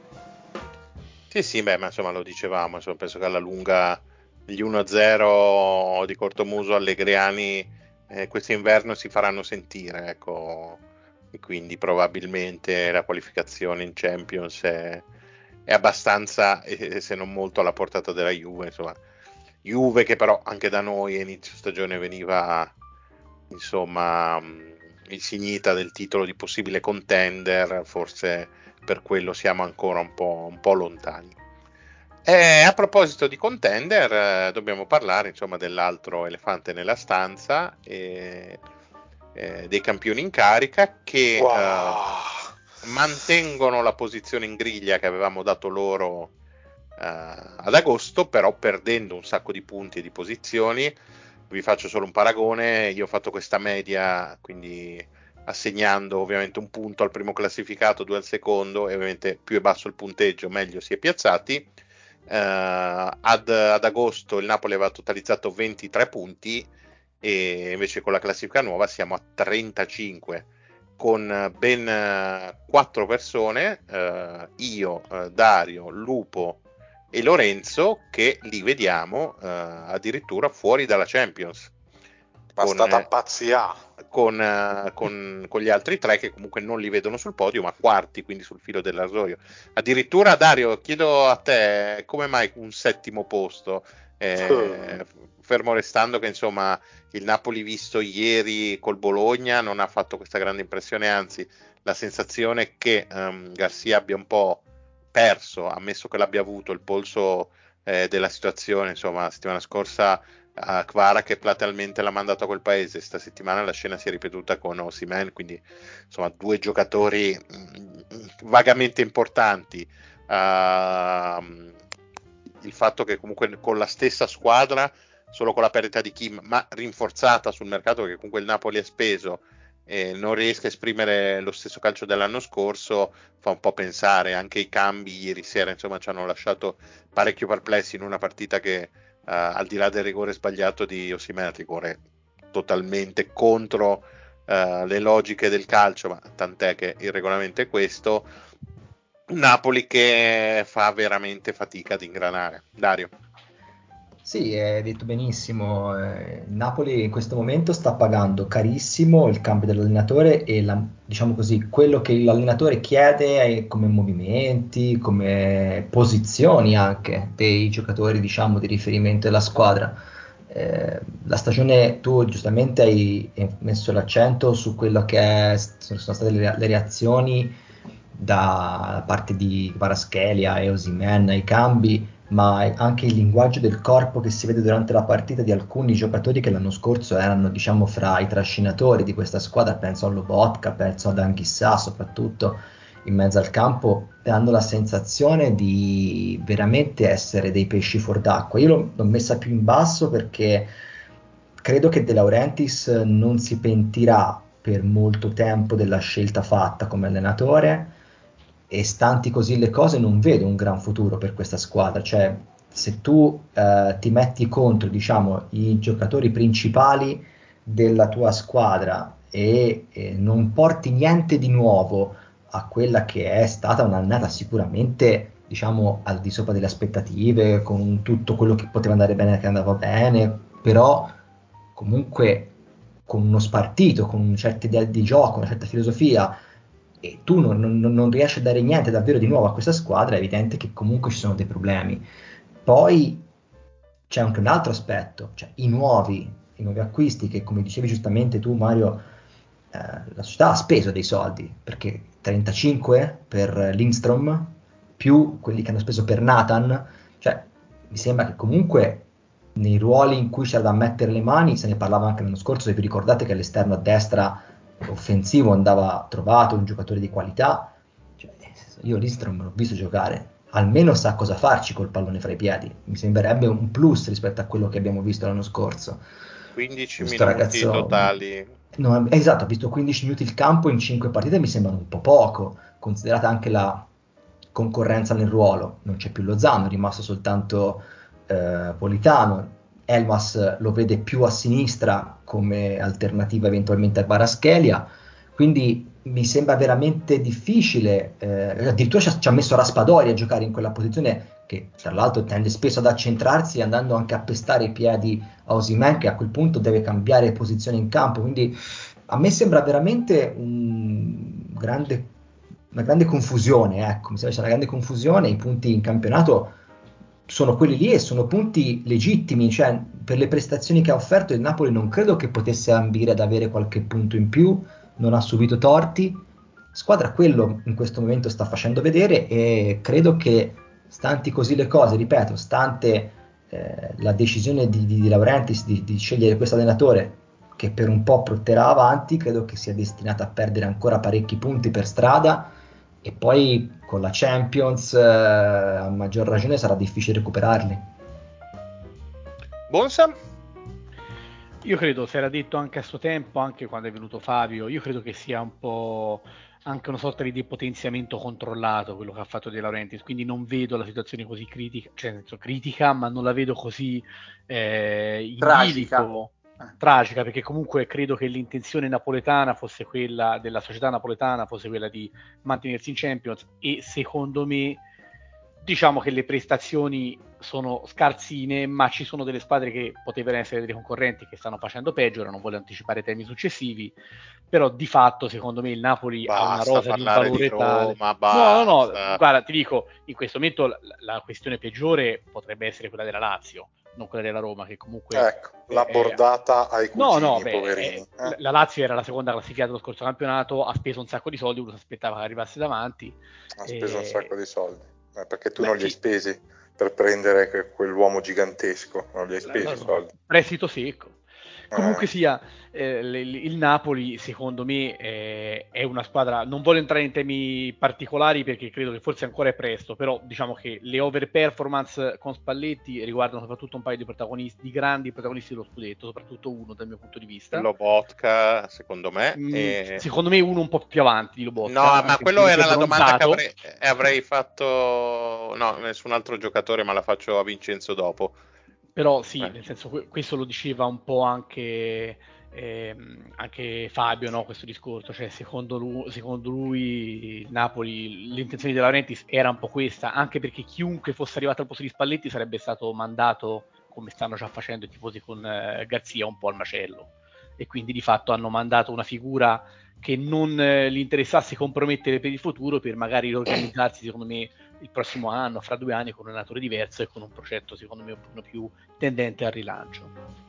Sì, beh, ma insomma lo dicevamo, insomma, penso che alla lunga gli 1-0 di Cortomuso Allegriani quest'inverno si faranno sentire, ecco, e quindi probabilmente la qualificazione in Champions è abbastanza, se non molto, alla portata della Juve, insomma. Juve che però anche da noi a inizio stagione veniva, insomma, insignita del titolo di possibile contender, forse per quello siamo ancora un po' lontani. A proposito di contender, dobbiamo parlare insomma dell'altro elefante nella stanza, dei campioni in carica che mantengono la posizione in griglia che avevamo dato loro ad agosto, però perdendo un sacco di punti e di posizioni. Vi faccio solo un paragone: io ho fatto questa media, quindi assegnando ovviamente un punto al primo classificato, 2 al secondo, e ovviamente più è basso il punteggio meglio si è piazzati. Ad agosto il Napoli aveva totalizzato 23 punti e invece con la classifica nuova siamo a 35, con ben 4 persone, io, Dario, Lupo e Lorenzo, che li vediamo addirittura fuori dalla Champions. Bastata pazzia. Con gli altri 3 che comunque non li vedono sul podio, ma quarti, quindi sul filo del rasoio. Addirittura, Dario, chiedo a te come mai un 7° posto, fermo restando che insomma il Napoli visto ieri col Bologna non ha fatto questa grande impressione, anzi la sensazione è che Garcia abbia un po' perso, ammesso che l'abbia avuto, il polso della situazione. Insomma, la settimana scorsa a Kvara che platealmente l'ha mandato a quel paese, sta settimana la scena si è ripetuta con Osimhen, quindi insomma 2 giocatori vagamente importanti. Il fatto che comunque con la stessa squadra, solo con la perdita di Kim, ma rinforzata sul mercato che comunque il Napoli ha speso, non riesca a esprimere lo stesso calcio dell'anno scorso, fa un po' pensare. Anche i cambi ieri sera insomma ci hanno lasciato parecchio perplessi in una partita che al di là del rigore sbagliato di Osimhen, rigore totalmente contro le logiche del calcio, ma tant'è che il regolamento è questo. Napoli che fa veramente fatica ad ingranare. Dario. Sì, hai detto benissimo. Napoli in questo momento sta pagando carissimo il cambio dell'allenatore e diciamo così, quello che l'allenatore chiede come movimenti, come posizioni anche dei giocatori, diciamo, di riferimento della squadra. La stagione, tu giustamente hai messo l'accento su quello che sono state le reazioni da parte di Kvaratskhelia e Osimhen ai cambi, ma anche il linguaggio del corpo che si vede durante la partita di alcuni giocatori che l'anno scorso erano, diciamo, fra i trascinatori di questa squadra. Penso a Lobotka, penso ad Anghissà, soprattutto in mezzo al campo, dando la sensazione di veramente essere dei pesci fuor d'acqua. Io l'ho messa più in basso perché credo che De Laurentiis non si pentirà per molto tempo della scelta fatta come allenatore, e stanti così le cose non vedo un gran futuro per questa squadra. Cioè, se tu ti metti contro, diciamo, i giocatori principali della tua squadra, e non porti niente di nuovo a quella che è stata un'annata sicuramente, diciamo, al di sopra delle aspettative, con tutto quello che poteva andare bene e che andava bene, però comunque con uno spartito, con una certa idea di gioco, una certa filosofia, e tu non riesci a dare niente davvero di nuovo a questa squadra, è evidente che comunque ci sono dei problemi. Poi c'è anche un altro aspetto, cioè i nuovi acquisti che, come dicevi giustamente tu, Mario, la società ha speso dei soldi, perché 35 per Lindstrom più quelli che hanno speso per Nathan, cioè mi sembra che comunque nei ruoli in cui c'era da mettere le mani, se ne parlava anche l'anno scorso, se vi ricordate che all'esterno a destra offensivo andava trovato un giocatore di qualità, cioè, io Lindstrom l'ho visto giocare, almeno sa cosa farci col pallone fra i piedi, mi sembrerebbe un plus rispetto a quello che abbiamo visto l'anno scorso. 15 questo minuti ragazzo, totali. No, esatto, ha visto 15 minuti il campo in 5 partite, mi sembrano un po' poco, considerata anche la concorrenza nel ruolo. Non c'è più Lozano, è rimasto soltanto Politano. Elmas lo vede più a sinistra come alternativa eventualmente a Kvaratskhelia, quindi mi sembra veramente difficile, addirittura ci ha messo Raspadori a giocare in quella posizione, che tra l'altro tende spesso ad accentrarsi, andando anche a pestare i piedi a Osimhen, che a quel punto deve cambiare posizione in campo. Quindi a me sembra veramente una grande confusione, ecco, mi sembra c'è una grande confusione, i punti in campionato sono quelli lì e sono punti legittimi, cioè per le prestazioni che ha offerto il Napoli non credo che potesse ambire ad avere qualche punto in più, non ha subito torti, squadra quello in questo momento sta facendo vedere, e credo che stanti così le cose, ripeto, stante la decisione di Laurentiis di scegliere questo allenatore che per un po' porterà avanti, credo che sia destinata a perdere ancora parecchi punti per strada, e poi con la Champions a maggior ragione sarà difficile recuperarli. Bonsa? Io credo, si era detto anche a suo tempo, anche quando è venuto Fabio, io credo che sia un po' anche una sorta di depotenziamento controllato quello che ha fatto De Laurentiis, quindi non vedo la situazione così critica, cioè nel senso critica, ma non la vedo così in bilico, tragica, perché comunque credo che l'intenzione napoletana fosse quella della società napoletana, fosse quella di mantenersi in Champions, e secondo me diciamo che le prestazioni sono scarsine, ma ci sono delle squadre che potevano essere delle concorrenti che stanno facendo peggio. Ora non voglio anticipare i temi successivi, però di fatto secondo me il Napoli ha una rosa di un valore tale. No, guarda, ti dico, in questo momento la questione peggiore potrebbe essere quella della Lazio, non quella della Roma, che comunque ecco, l'ha bordata ai cugini, poverini. La Lazio era la seconda classificata dello scorso campionato, ha speso un sacco di soldi, uno si aspettava che arrivasse davanti. Ha speso un sacco di soldi, perché tu non li hai spesi per prendere quell'uomo gigantesco, non li hai spesi i soldi. Prestito secco. Comunque sia, il Napoli secondo me è una squadra, non voglio entrare in temi particolari perché credo che forse ancora è presto, però diciamo che le overperformance con Spalletti riguardano soprattutto un paio di protagonisti, di grandi protagonisti dello scudetto, soprattutto uno dal mio punto di vista. Lobotka, secondo me. Secondo me uno un po' più avanti di Lobotka. No, ma quello era la domanda che avrei fatto, no, nessun altro giocatore, ma la faccio a Vincenzo dopo. Però sì, nel senso, questo lo diceva un po' anche Fabio, no? Questo discorso, cioè secondo lui il Napoli, l'intenzione di De Laurentiis era un po' questa, anche perché chiunque fosse arrivato al posto di Spalletti sarebbe stato mandato, come stanno già facendo i tifosi con Garzia, un po' al macello, e quindi di fatto hanno mandato una figura che non gli interessasse compromettere per il futuro, per magari organizzarsi, secondo me, il prossimo anno, fra 2 anni, con un allenatore diverso e con un progetto, secondo me, un po' più tendente al rilancio.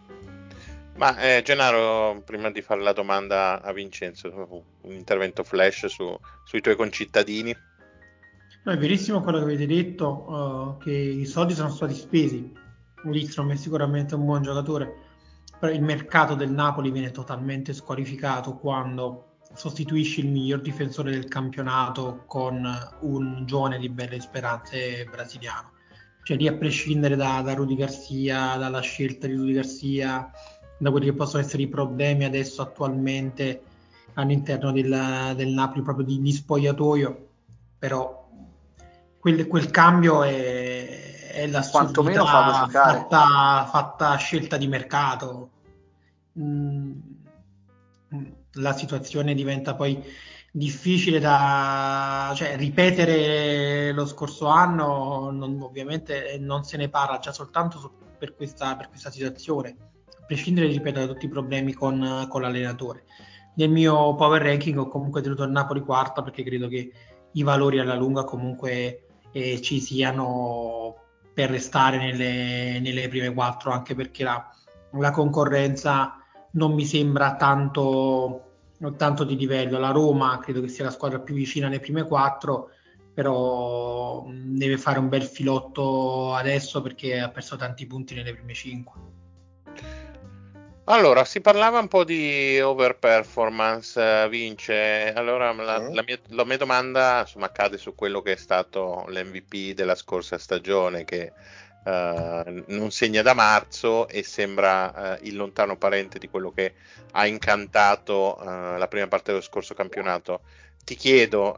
Ma Gennaro, prima di fare la domanda a Vincenzo, un intervento flash sui tuoi concittadini? No, è verissimo quello che avete detto, che i soldi sono stati spesi. Lindstrom è sicuramente un buon giocatore, però il mercato del Napoli viene totalmente squalificato quando sostituisci il miglior difensore del campionato con un giovane di belle speranze brasiliano. Cioè lì, a prescindere da Rudy Garcia, dalla scelta di Rudy Garcia, da quelli che possono essere i problemi adesso attualmente all'interno del Napoli, proprio di spogliatoio, però quel cambio è l'assurdità fatta scelta di mercato. la situazione diventa poi difficile da ripetere lo scorso anno, ovviamente non se ne parla già soltanto per questa situazione, a prescindere, ripeto, da tutti i problemi con l'allenatore. Nel mio power ranking ho comunque tenuto il Napoli quarta, perché credo che i valori alla lunga comunque ci siano per restare nelle prime quattro, anche perché la concorrenza non mi sembra tanto di livello. La Roma credo che sia la squadra più vicina alle prime quattro, però deve fare un bel filotto adesso, perché ha perso tanti punti nelle prime 5. Allora, si parlava un po' di overperformance, Vince. Allora, la mia domanda, insomma, cade su quello che è stato l'MVP della scorsa stagione, che non segna da marzo e sembra il lontano parente di quello che ha incantato la prima parte dello scorso campionato. Ti chiedo,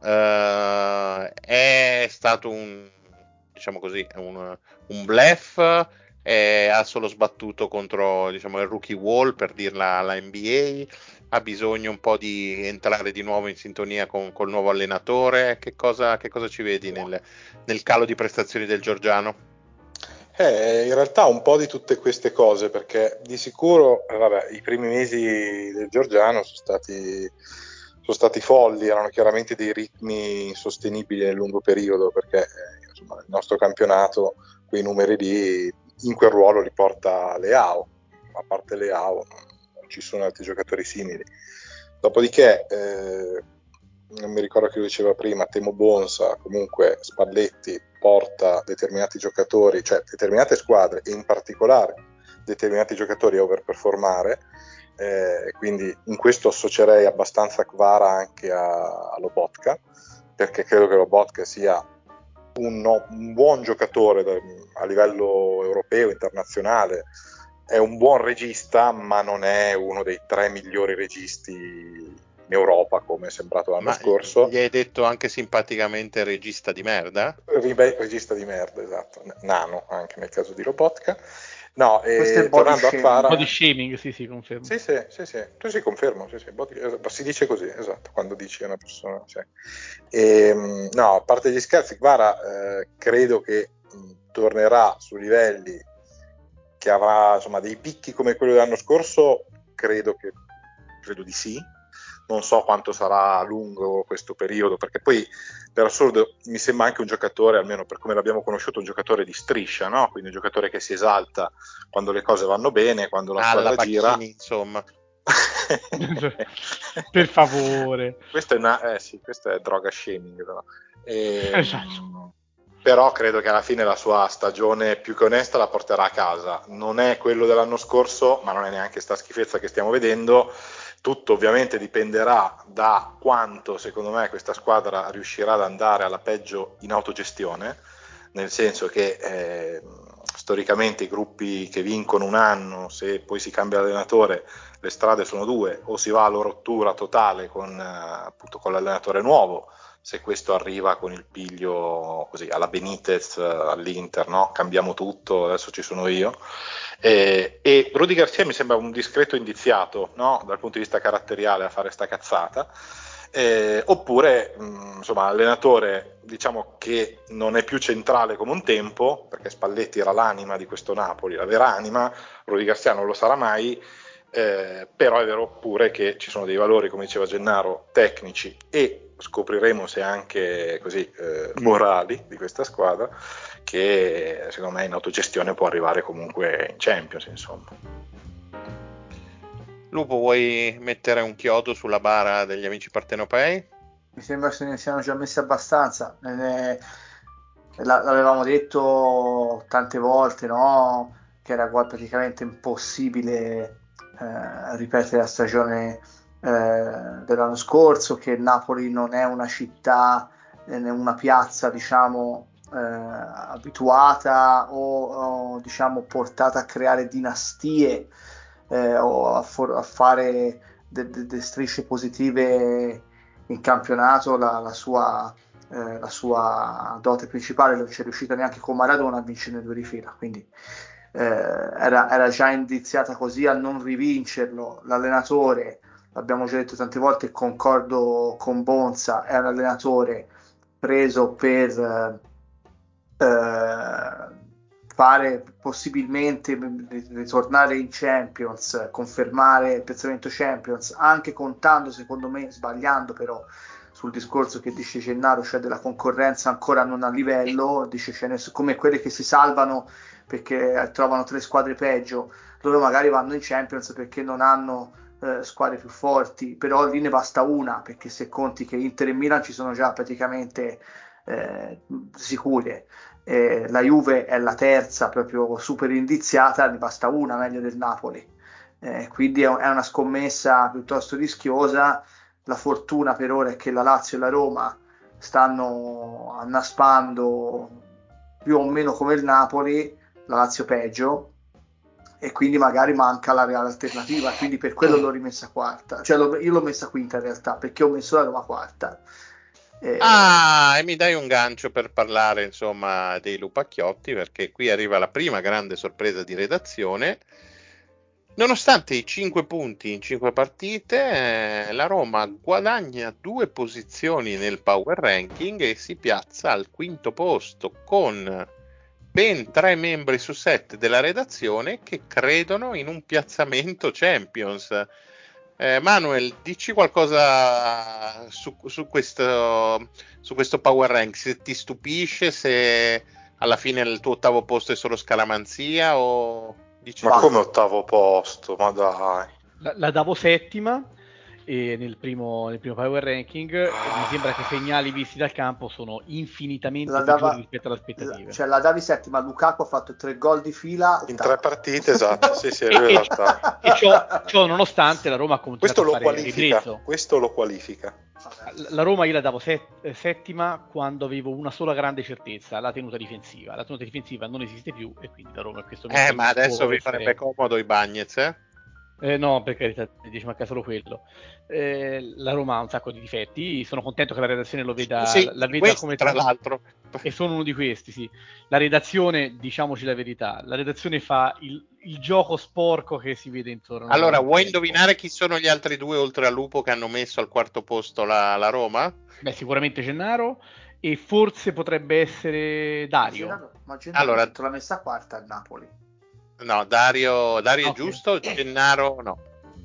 è stato diciamo così, un bluff? Ha solo sbattuto contro, diciamo, il rookie wall, per dirla alla NBA? Ha bisogno un po' di entrare di nuovo in sintonia col nuovo allenatore? Che cosa ci vedi nel calo di prestazioni del georgiano? In realtà un po' di tutte queste cose, perché di sicuro i primi mesi del georgiano sono stati folli, erano chiaramente dei ritmi insostenibili nel lungo periodo, perché insomma, il nostro campionato, quei numeri lì, in quel ruolo li porta Leao, a parte Leao non ci sono altri giocatori simili. Dopodiché non mi ricordo chi lo diceva prima, Temo Bonsa, comunque Spalletti porta determinati giocatori, cioè determinate squadre e in particolare determinati giocatori a overperformare, quindi in questo associerei abbastanza Kvara anche a Lobotka, perché credo che Lobotka sia un buon giocatore a livello europeo, internazionale, è un buon regista, ma non è uno dei 3 migliori registi in Europa, come è sembrato l'anno scorso. Gli hai detto anche simpaticamente regista di merda? Regista di merda, esatto, nano anche nel caso di Lobotka. No, tornando a Kvara, body shaming, sì, confermo. Sì, confermo, si dice così, esatto, quando dici a una persona, cioè. No, a parte gli scherzi, Kvara credo che tornerà su livelli che avrà, insomma, dei picchi come quello dell'anno scorso, credo di sì. Non so quanto sarà lungo questo periodo, perché poi per assurdo mi sembra anche un giocatore, almeno per come l'abbiamo conosciuto, un giocatore di striscia, no? Quindi un giocatore che si esalta quando le cose vanno bene, quando la squadra gira. Insomma. Per favore. Questo è droga shaming, però. Esatto. Però credo che alla fine la sua stagione più che onesta la porterà a casa. Non è quello dell'anno scorso, ma non è neanche sta schifezza che stiamo vedendo. Tutto ovviamente dipenderà da quanto, secondo me, questa squadra riuscirà ad andare alla peggio in autogestione, nel senso che storicamente i gruppi che vincono un anno, se poi si cambia allenatore, le strade sono due: o si va alla rottura totale con l'allenatore nuovo, se questo arriva con il piglio così alla Benitez all'Inter, no? Cambiamo tutto, adesso ci sono io. E Rudy Garcia mi sembra un discreto indiziato, no? Dal punto di vista caratteriale a fare sta cazzata. Oppure insomma, allenatore, diciamo, che non è più centrale come un tempo, perché Spalletti era l'anima di questo Napoli, la vera anima. Rudy Garcia non lo sarà mai. Però è vero pure che ci sono dei valori, come diceva Gennaro, tecnici e scopriremo se anche così morali di questa squadra, che secondo me in autogestione può arrivare comunque in Champions, insomma. Lupo, vuoi mettere un chiodo sulla bara degli amici partenopei? Mi sembra che se ne siano già messi abbastanza. L'avevamo detto tante volte, no? Che era praticamente impossibile ripetere la stagione dell'anno scorso, che Napoli non è una città, una piazza, diciamo, abituata o diciamo portata a creare dinastie o a fare delle strisce positive in campionato. La sua dote principale non c'è riuscita neanche con Maradona a vincere 2 di fila, quindi era già indiziata così a non rivincerlo. L'allenatore l'abbiamo già detto tante volte, concordo con Bonza, è un allenatore preso per fare possibilmente ritornare in Champions, confermare il piazzamento Champions, anche contando, secondo me, sbagliando però, sul discorso che dice Gennaro, cioè della concorrenza ancora non a livello, dice come quelle che si salvano perché trovano 3 squadre peggio, loro magari vanno in Champions perché non hanno squadre più forti, però lì ne basta una, perché se conti che Inter e Milan ci sono già praticamente sicure, la Juve è la terza proprio super indiziata, ne basta una meglio del Napoli, quindi è una scommessa piuttosto rischiosa. La fortuna per ora è che la Lazio e la Roma stanno annaspando più o meno come il Napoli, la Lazio peggio, e quindi magari manca la reale alternativa, quindi per quello l'ho rimessa quarta, cioè io l'ho messa quinta in realtà, perché ho messo la Roma quarta. E mi dai un gancio per parlare insomma dei Lupacchiotti, perché qui arriva la prima grande sorpresa di redazione. Nonostante i 5 punti in 5 partite, la Roma guadagna 2 posizioni nel power ranking e si piazza al quinto posto, con ben 3 membri su 7 della redazione che credono in un piazzamento Champions. Manuel, dici qualcosa su questo power rank, se ti stupisce, se alla fine il tuo ottavo posto è solo scaramanzia o... Ma come ottavo posto? Ma dai. La davo settima nel primo power ranking. Mi sembra che i segnali visti dal campo sono infinitamente peggiori rispetto alle aspettative. Cioè la davi settima, Lukaku ha fatto 3 gol di fila in 3 partite, esatto. Sì, è vero. E ciò nonostante la Roma ha continuato a fare ribrezzo. Questo lo qualifica. La Roma io la davo settima quando avevo una sola grande certezza, la tenuta difensiva. La tenuta difensiva non esiste più e quindi la Roma in questo momento... ma adesso vi farebbe comodo i Bagnez, no, per carità, diciamo manca solo quello. La Roma ha un sacco di difetti, sono contento che la redazione lo veda, sì, la veda come tra l'altro. E sono uno di questi, sì. La redazione, diciamoci la verità, la redazione fa il gioco sporco che si vede intorno. Allora, vuoi indovinare chi sono gli altri due oltre a Lupo che hanno messo al quarto posto la Roma? Beh, sicuramente Gennaro e forse potrebbe essere Dario. Ma Gennaro l'ha messa quarta al Napoli. No, Dario è giusto, Gennaro no.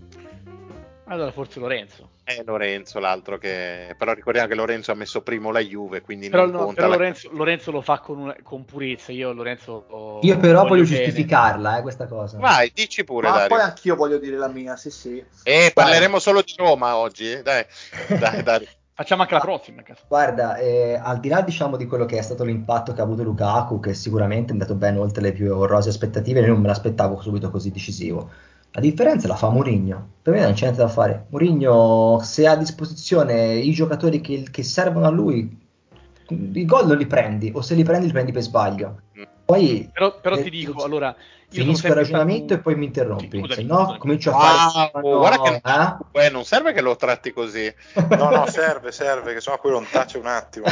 Allora forse Lorenzo. Lorenzo l'altro che... Però ricordiamo che Lorenzo ha messo primo la Juve, quindi però non conta. Però Lorenzo lo fa con purezza. Io però voglio giustificarla, questa cosa. Vai, dici pure, ma Dario. Poi anch'io voglio dire la mia, sì. Parleremo solo di Roma oggi, dai. Facciamo anche la prossima. Guarda, al di là diciamo di quello che è stato l'impatto che ha avuto Lukaku, che sicuramente è andato ben oltre le più rosee aspettative, io non me l'aspettavo subito così decisivo. La differenza la fa Mourinho. Per me non c'è niente da fare. Mourinho, se ha a disposizione i giocatori che servono a lui, i gol non li prendi, o se li prendi per sbaglio. Poi però ti dico, allora finisco il ragionamento e poi mi interrompi, se no comincio a fare guarda che non serve che lo tratti così. No, serve che sennò quello non tace un attimo.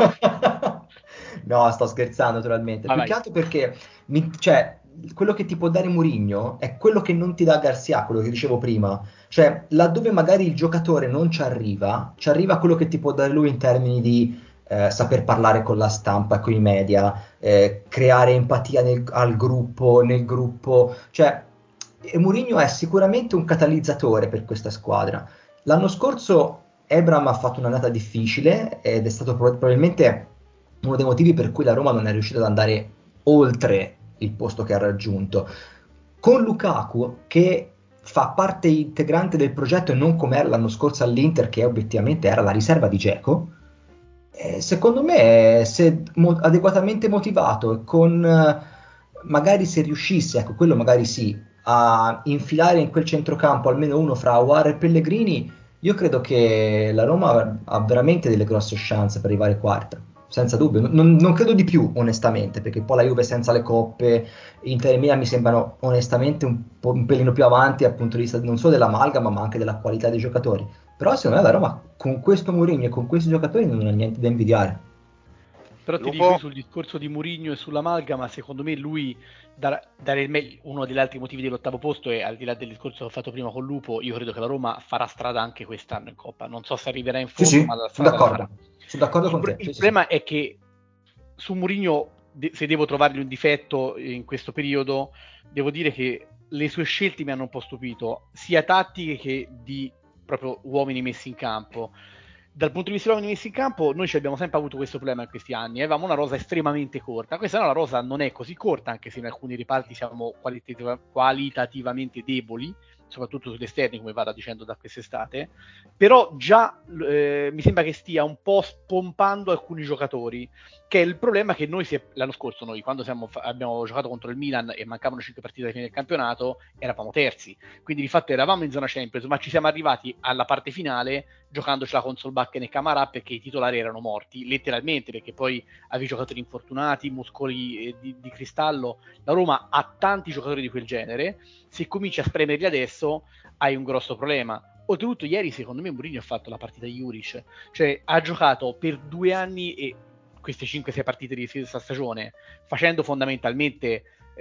No, sto scherzando naturalmente. Più che altro perché quello che ti può dare Mourinho è quello che non ti dà Garcia, quello che dicevo prima. Cioè, laddove magari il giocatore non ci arriva quello che ti può dare lui in termini di saper parlare con la stampa, con i media, creare empatia nel gruppo. Cioè, Mourinho è sicuramente un catalizzatore per questa squadra. L'anno scorso Ebram ha fatto un'annata difficile ed è stato probabilmente uno dei motivi per cui la Roma non è riuscita ad andare oltre il posto che ha raggiunto. Con Lukaku, che fa parte integrante del progetto e non come era l'anno scorso all'Inter, che obiettivamente era la riserva di Dzeko, secondo me se adeguatamente motivato e con magari se riuscisse, ecco quello magari sì, a infilare in quel centrocampo almeno uno fra Aouar e Pellegrini, io credo che la Roma ha veramente delle grosse chance per arrivare quarta, senza dubbio. Non credo di più, onestamente, perché poi la Juve senza le coppe, Inter e Milan mi sembrano onestamente un pelino più avanti dal punto di vista non solo dell'amalgama, ma anche della qualità dei giocatori. Però secondo me la Roma con questo Mourinho e con questi giocatori non ha niente da invidiare. Però ti dico, io sul discorso di Mourinho e sull'amalgama, secondo me lui uno degli altri motivi dell'8° posto, e al di là del discorso che ho fatto prima con Lupo, io credo che la Roma farà strada anche quest'anno in Coppa. Non so se arriverà in fondo, sì, ma la strada la farà. Sono d'accordo con te. Il problema è che su Mourinho, se devo trovargli un difetto in questo periodo, devo dire che le sue scelte mi hanno un po' stupito, sia tattiche che di proprio uomini messi in campo. Dal punto di vista degli uomini messi in campo, noi ci abbiamo sempre avuto questo problema in questi anni. Avevamo una rosa estremamente corta. Questa la rosa non è così corta, anche se in alcuni riparti siamo qualitativamente deboli, soprattutto sugli esterni, come vado dicendo da quest'estate. Però già mi sembra che stia un po' spompando alcuni giocatori, che è il problema che noi l'anno scorso, quando abbiamo giocato contro il Milan e mancavano 5 partite alla fine del campionato, eravamo terzi. Quindi di fatto eravamo in zona Champions, ma ci siamo arrivati alla parte finale giocandocela con Solbakken e Camarà, perché i titolari erano morti, letteralmente, perché poi avevi giocatori infortunati, muscoli di cristallo. La Roma ha tanti giocatori di quel genere, se cominci a spremerli adesso hai un grosso problema. Oltretutto ieri secondo me Mourinho ha fatto la partita Juric, cioè ha giocato per 2 anni e queste 5-6 partite di questa stagione facendo fondamentalmente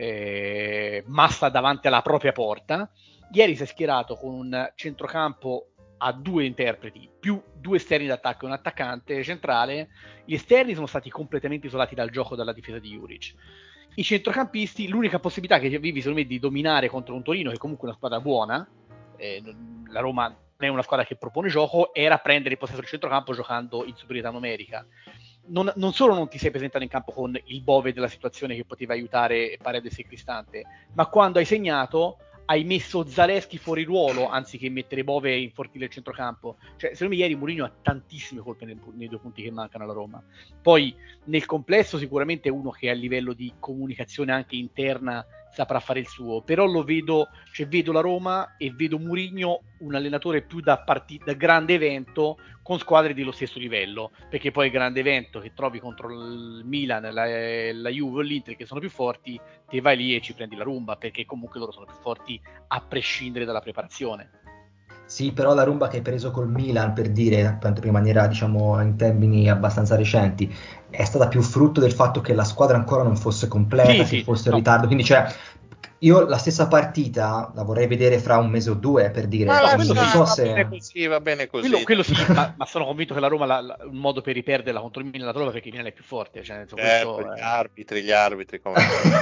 massa davanti alla propria porta. Ieri si è schierato con un centrocampo a 2 interpreti più 2 esterni d'attacco e un attaccante centrale. Gli esterni sono stati completamente isolati dal gioco dalla difesa di Juric. I centrocampisti, l'unica possibilità che avevi secondo me di dominare contro un Torino che comunque è una squadra buona, la Roma non è una squadra che propone gioco, era prendere il possesso del centrocampo giocando in superiorità numerica. Non solo non ti sei presentato in campo con il Bove della situazione che poteva aiutare Paredes e Cristante, ma quando hai segnato hai messo Zalewski fuori ruolo anziché mettere Bove in fortile al centrocampo. Cioè, secondo me ieri Mourinho ha tantissime colpe nei 2 punti che mancano alla Roma. Poi nel complesso sicuramente è uno che a livello di comunicazione anche interna saprà fare il suo, però vedo la Roma e vedo Mourinho un allenatore più da grande evento con squadre dello stesso livello, perché poi il grande evento che trovi contro il Milan, la Juve o l'Inter, che sono più forti, te vai lì e ci prendi la rumba, perché comunque loro sono più forti a prescindere dalla preparazione. Sì, però la rumba che hai preso col Milan, per dire, in maniera, diciamo, in termini abbastanza recenti, è stata più frutto del fatto che la squadra ancora non fosse completa, che fosse in ritardo. Quindi, cioè, io la stessa partita la vorrei vedere fra un mese o 2, per dire. Non so se va bene così. Quello sì, ma sono convinto che la Roma un modo per riperderla contro il Milan la trova, perché il Milan è più forte. Cioè, Gli arbitri come...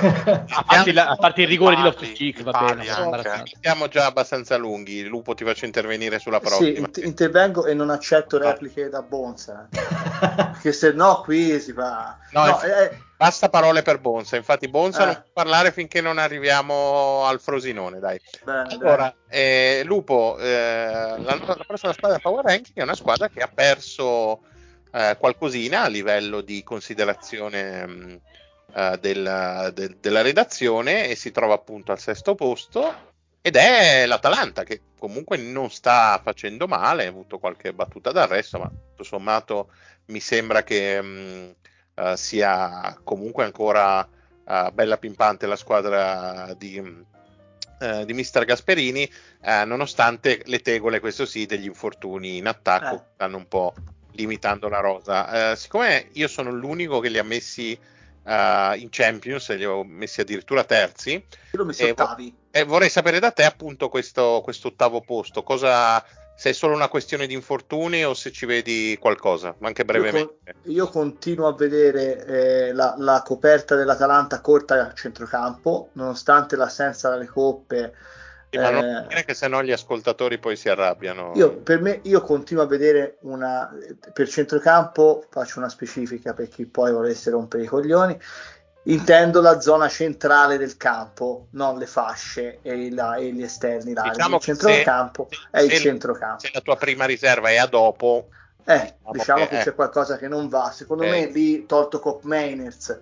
a parte il rigore di Loftus-Cheek, va bene. Siamo già abbastanza lunghi. Lupo, ti faccio intervenire sulla prossima. Sì, intervengo e non accetto repliche da Bonsa, perché se no qui si fa... Basta parole per Bonsa, infatti Bonsa non può parlare finché non arriviamo al Frosinone, dai. Allora, Lupo, la prossima squadra Power Ranking è una squadra che ha perso qualcosina a livello di considerazione della redazione, e si trova appunto al 6° posto, ed è l'Atalanta, che comunque non sta facendo male, ha avuto qualche battuta d'arresto, ma tutto sommato mi sembra che sia comunque ancora bella pimpante la squadra di Mister Gasperini, nonostante le tegole, questo sì, degli infortuni in attacco stanno un po' limitando la rosa. Siccome io sono l'unico che li ha messi in Champions, li ho messi addirittura terzi, io l'ho messo ottavi, e vorrei sapere da te appunto questo 8° posto, se è solo una questione di infortuni o se ci vedi qualcosa, ma anche brevemente. Io continuo a vedere la coperta dell'Atalanta corta a centrocampo, nonostante l'assenza dalle coppe. Ma non dire che sennò gli ascoltatori poi si arrabbiano. Io continuo a vedere per centrocampo, faccio una specifica per chi poi volesse rompere i coglioni. Intendo la zona centrale del campo, non le fasce e gli esterni. Diciamo il centrocampo è il centrocampo. Se la tua prima riserva è a dopo, diciamo che c'è qualcosa che non va. Secondo me lì, tolto Cop Mainers,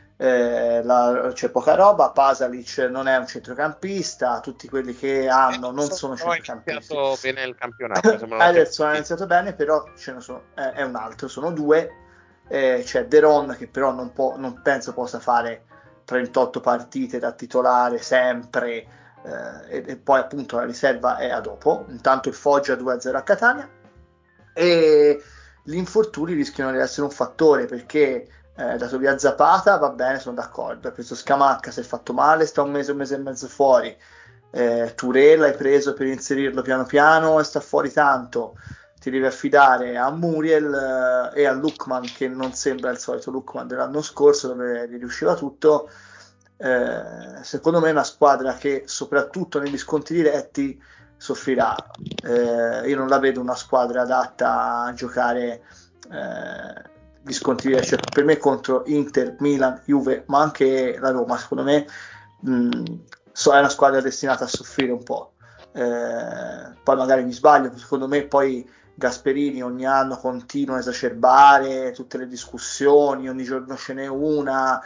c'è poca roba. Pasalic non è un centrocampista, tutti quelli che hanno non sono centrocampisti. Ha iniziato bene il campionato. Adesso ha iniziato bene, però è un altro, sono 2. C'è Deron, che però non penso possa fare 38 partite da titolare sempre, e poi appunto la riserva è a dopo. Intanto il Foggia 2-0 a Catania, e gli infortuni rischiano di essere un fattore, perché dato via Zapata, va bene, sono d'accordo. Ha preso Scamacca, si è fatto male, sta un mese e mezzo fuori. Touré l'hai preso per inserirlo piano piano e sta fuori tanto. Ti devi affidare a Muriel e a Lookman, che non sembra il solito Lookman dell'anno scorso, dove gli riusciva tutto. Secondo me è una squadra che soprattutto negli scontri diretti soffrirà. Io non la vedo una squadra adatta a giocare gli scontri diretti, cioè, per me contro Inter, Milan, Juve, ma anche la Roma, secondo me è una squadra destinata a soffrire un po'. Poi magari mi sbaglio, secondo me poi Gasperini ogni anno continua a esacerbare tutte le discussioni, ogni giorno ce n'è una.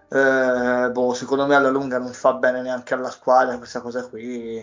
Secondo me alla lunga non fa bene neanche alla squadra questa cosa qui.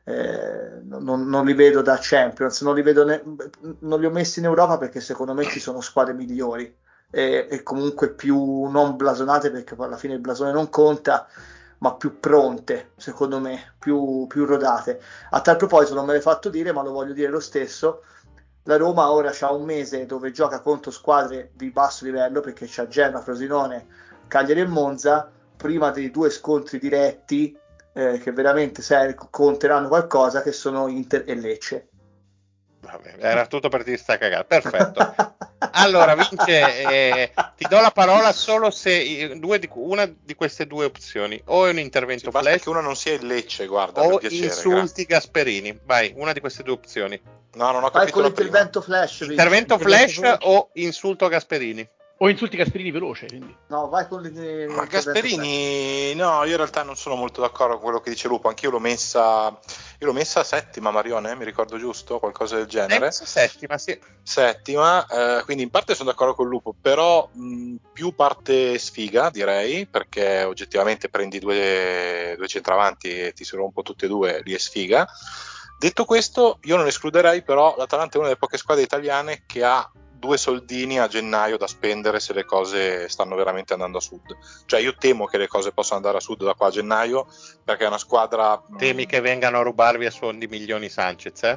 Non li vedo da Champions, non li ho messi in Europa perché secondo me ci sono squadre migliori e comunque più non blasonate, perché poi alla fine il blasone non conta, ma più pronte, secondo me, più rodate. A tal proposito non me l'hai fatto dire, ma lo voglio dire lo stesso: la Roma ora c'ha un mese dove gioca contro squadre di basso livello, perché c'ha Genoa, Frosinone, Cagliari e Monza, prima dei 2 scontri diretti che veramente conteranno qualcosa, che sono Inter e Lecce. Vabbè, era tutto per dirti sta cagata, perfetto. Allora Vince, ti do la parola solo se una di queste 2 opzioni, o è un intervento basta flash, che una non sia il Lecce, guarda, o per piacere, insulti Gasperini. Vai, una di queste 2 opzioni. No, non ho Vai capito con la l'intervento prima. flash, Intervento flash o insulto a Gasperini? O insulti Gasperini veloce, quindi. No, vai con Ma Gasperini, no, io in realtà non sono molto d'accordo con quello che dice Lupo. Anch'io l'ho messa settima, Marione, mi ricordo giusto, qualcosa del genere. Settima, sì. Settima, quindi in parte sono d'accordo con Lupo, però più parte sfiga, direi, perché oggettivamente prendi due centravanti e ti si rompo tutte e due, lì è sfiga. Detto questo, io non escluderei, però l'Atalanta è una delle poche squadre italiane che ha 2 soldini a gennaio da spendere se le cose stanno veramente andando a sud. Cioè io temo che le cose possano andare a sud da qua a gennaio, perché è una squadra... Temi che vengano a rubarvi a suon di milioni Sanchez,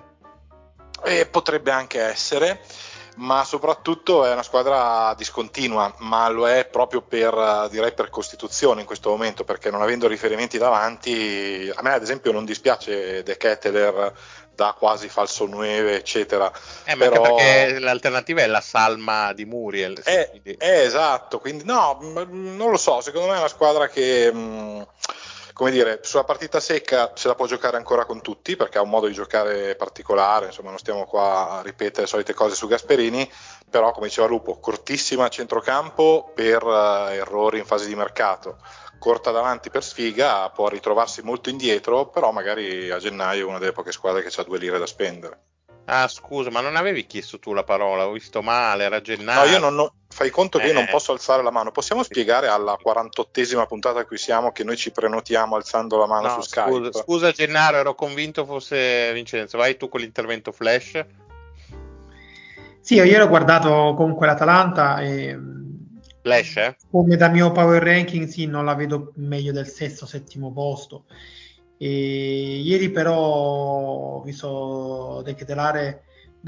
potrebbe anche essere, ma soprattutto è una squadra discontinua, ma lo è proprio direi per costituzione in questo momento, perché non avendo riferimenti davanti, a me ad esempio non dispiace De Ketteler da quasi falso 9 eccetera, però... anche perché l'alternativa è la salma di Muriel. Esatto, quindi no, non lo so, secondo me è una squadra che come dire, sulla partita secca se la può giocare ancora con tutti, perché ha un modo di giocare particolare, insomma non stiamo qua a ripetere le solite cose su Gasperini, però come diceva Lupo, cortissima a centrocampo per errori in fase di mercato, corta davanti per sfiga, può ritrovarsi molto indietro, però magari a gennaio è una delle poche squadre che ha 2 lire da spendere. Ah, scusa, ma non avevi chiesto tu la parola? Ho visto male, era gennaio. No, io non fai conto che io non posso alzare la mano. Possiamo spiegare alla 48esima puntata a cui siamo che noi ci prenotiamo alzando la mano su Skype? Scusa Gennaro, ero convinto fosse Vincenzo. Vai tu con l'intervento flash. Sì, io ero guardato comunque l'Atalanta e flash, come da mio power ranking sì, non la vedo meglio del 6º-7º posto. E ieri però ho visto De Ketelare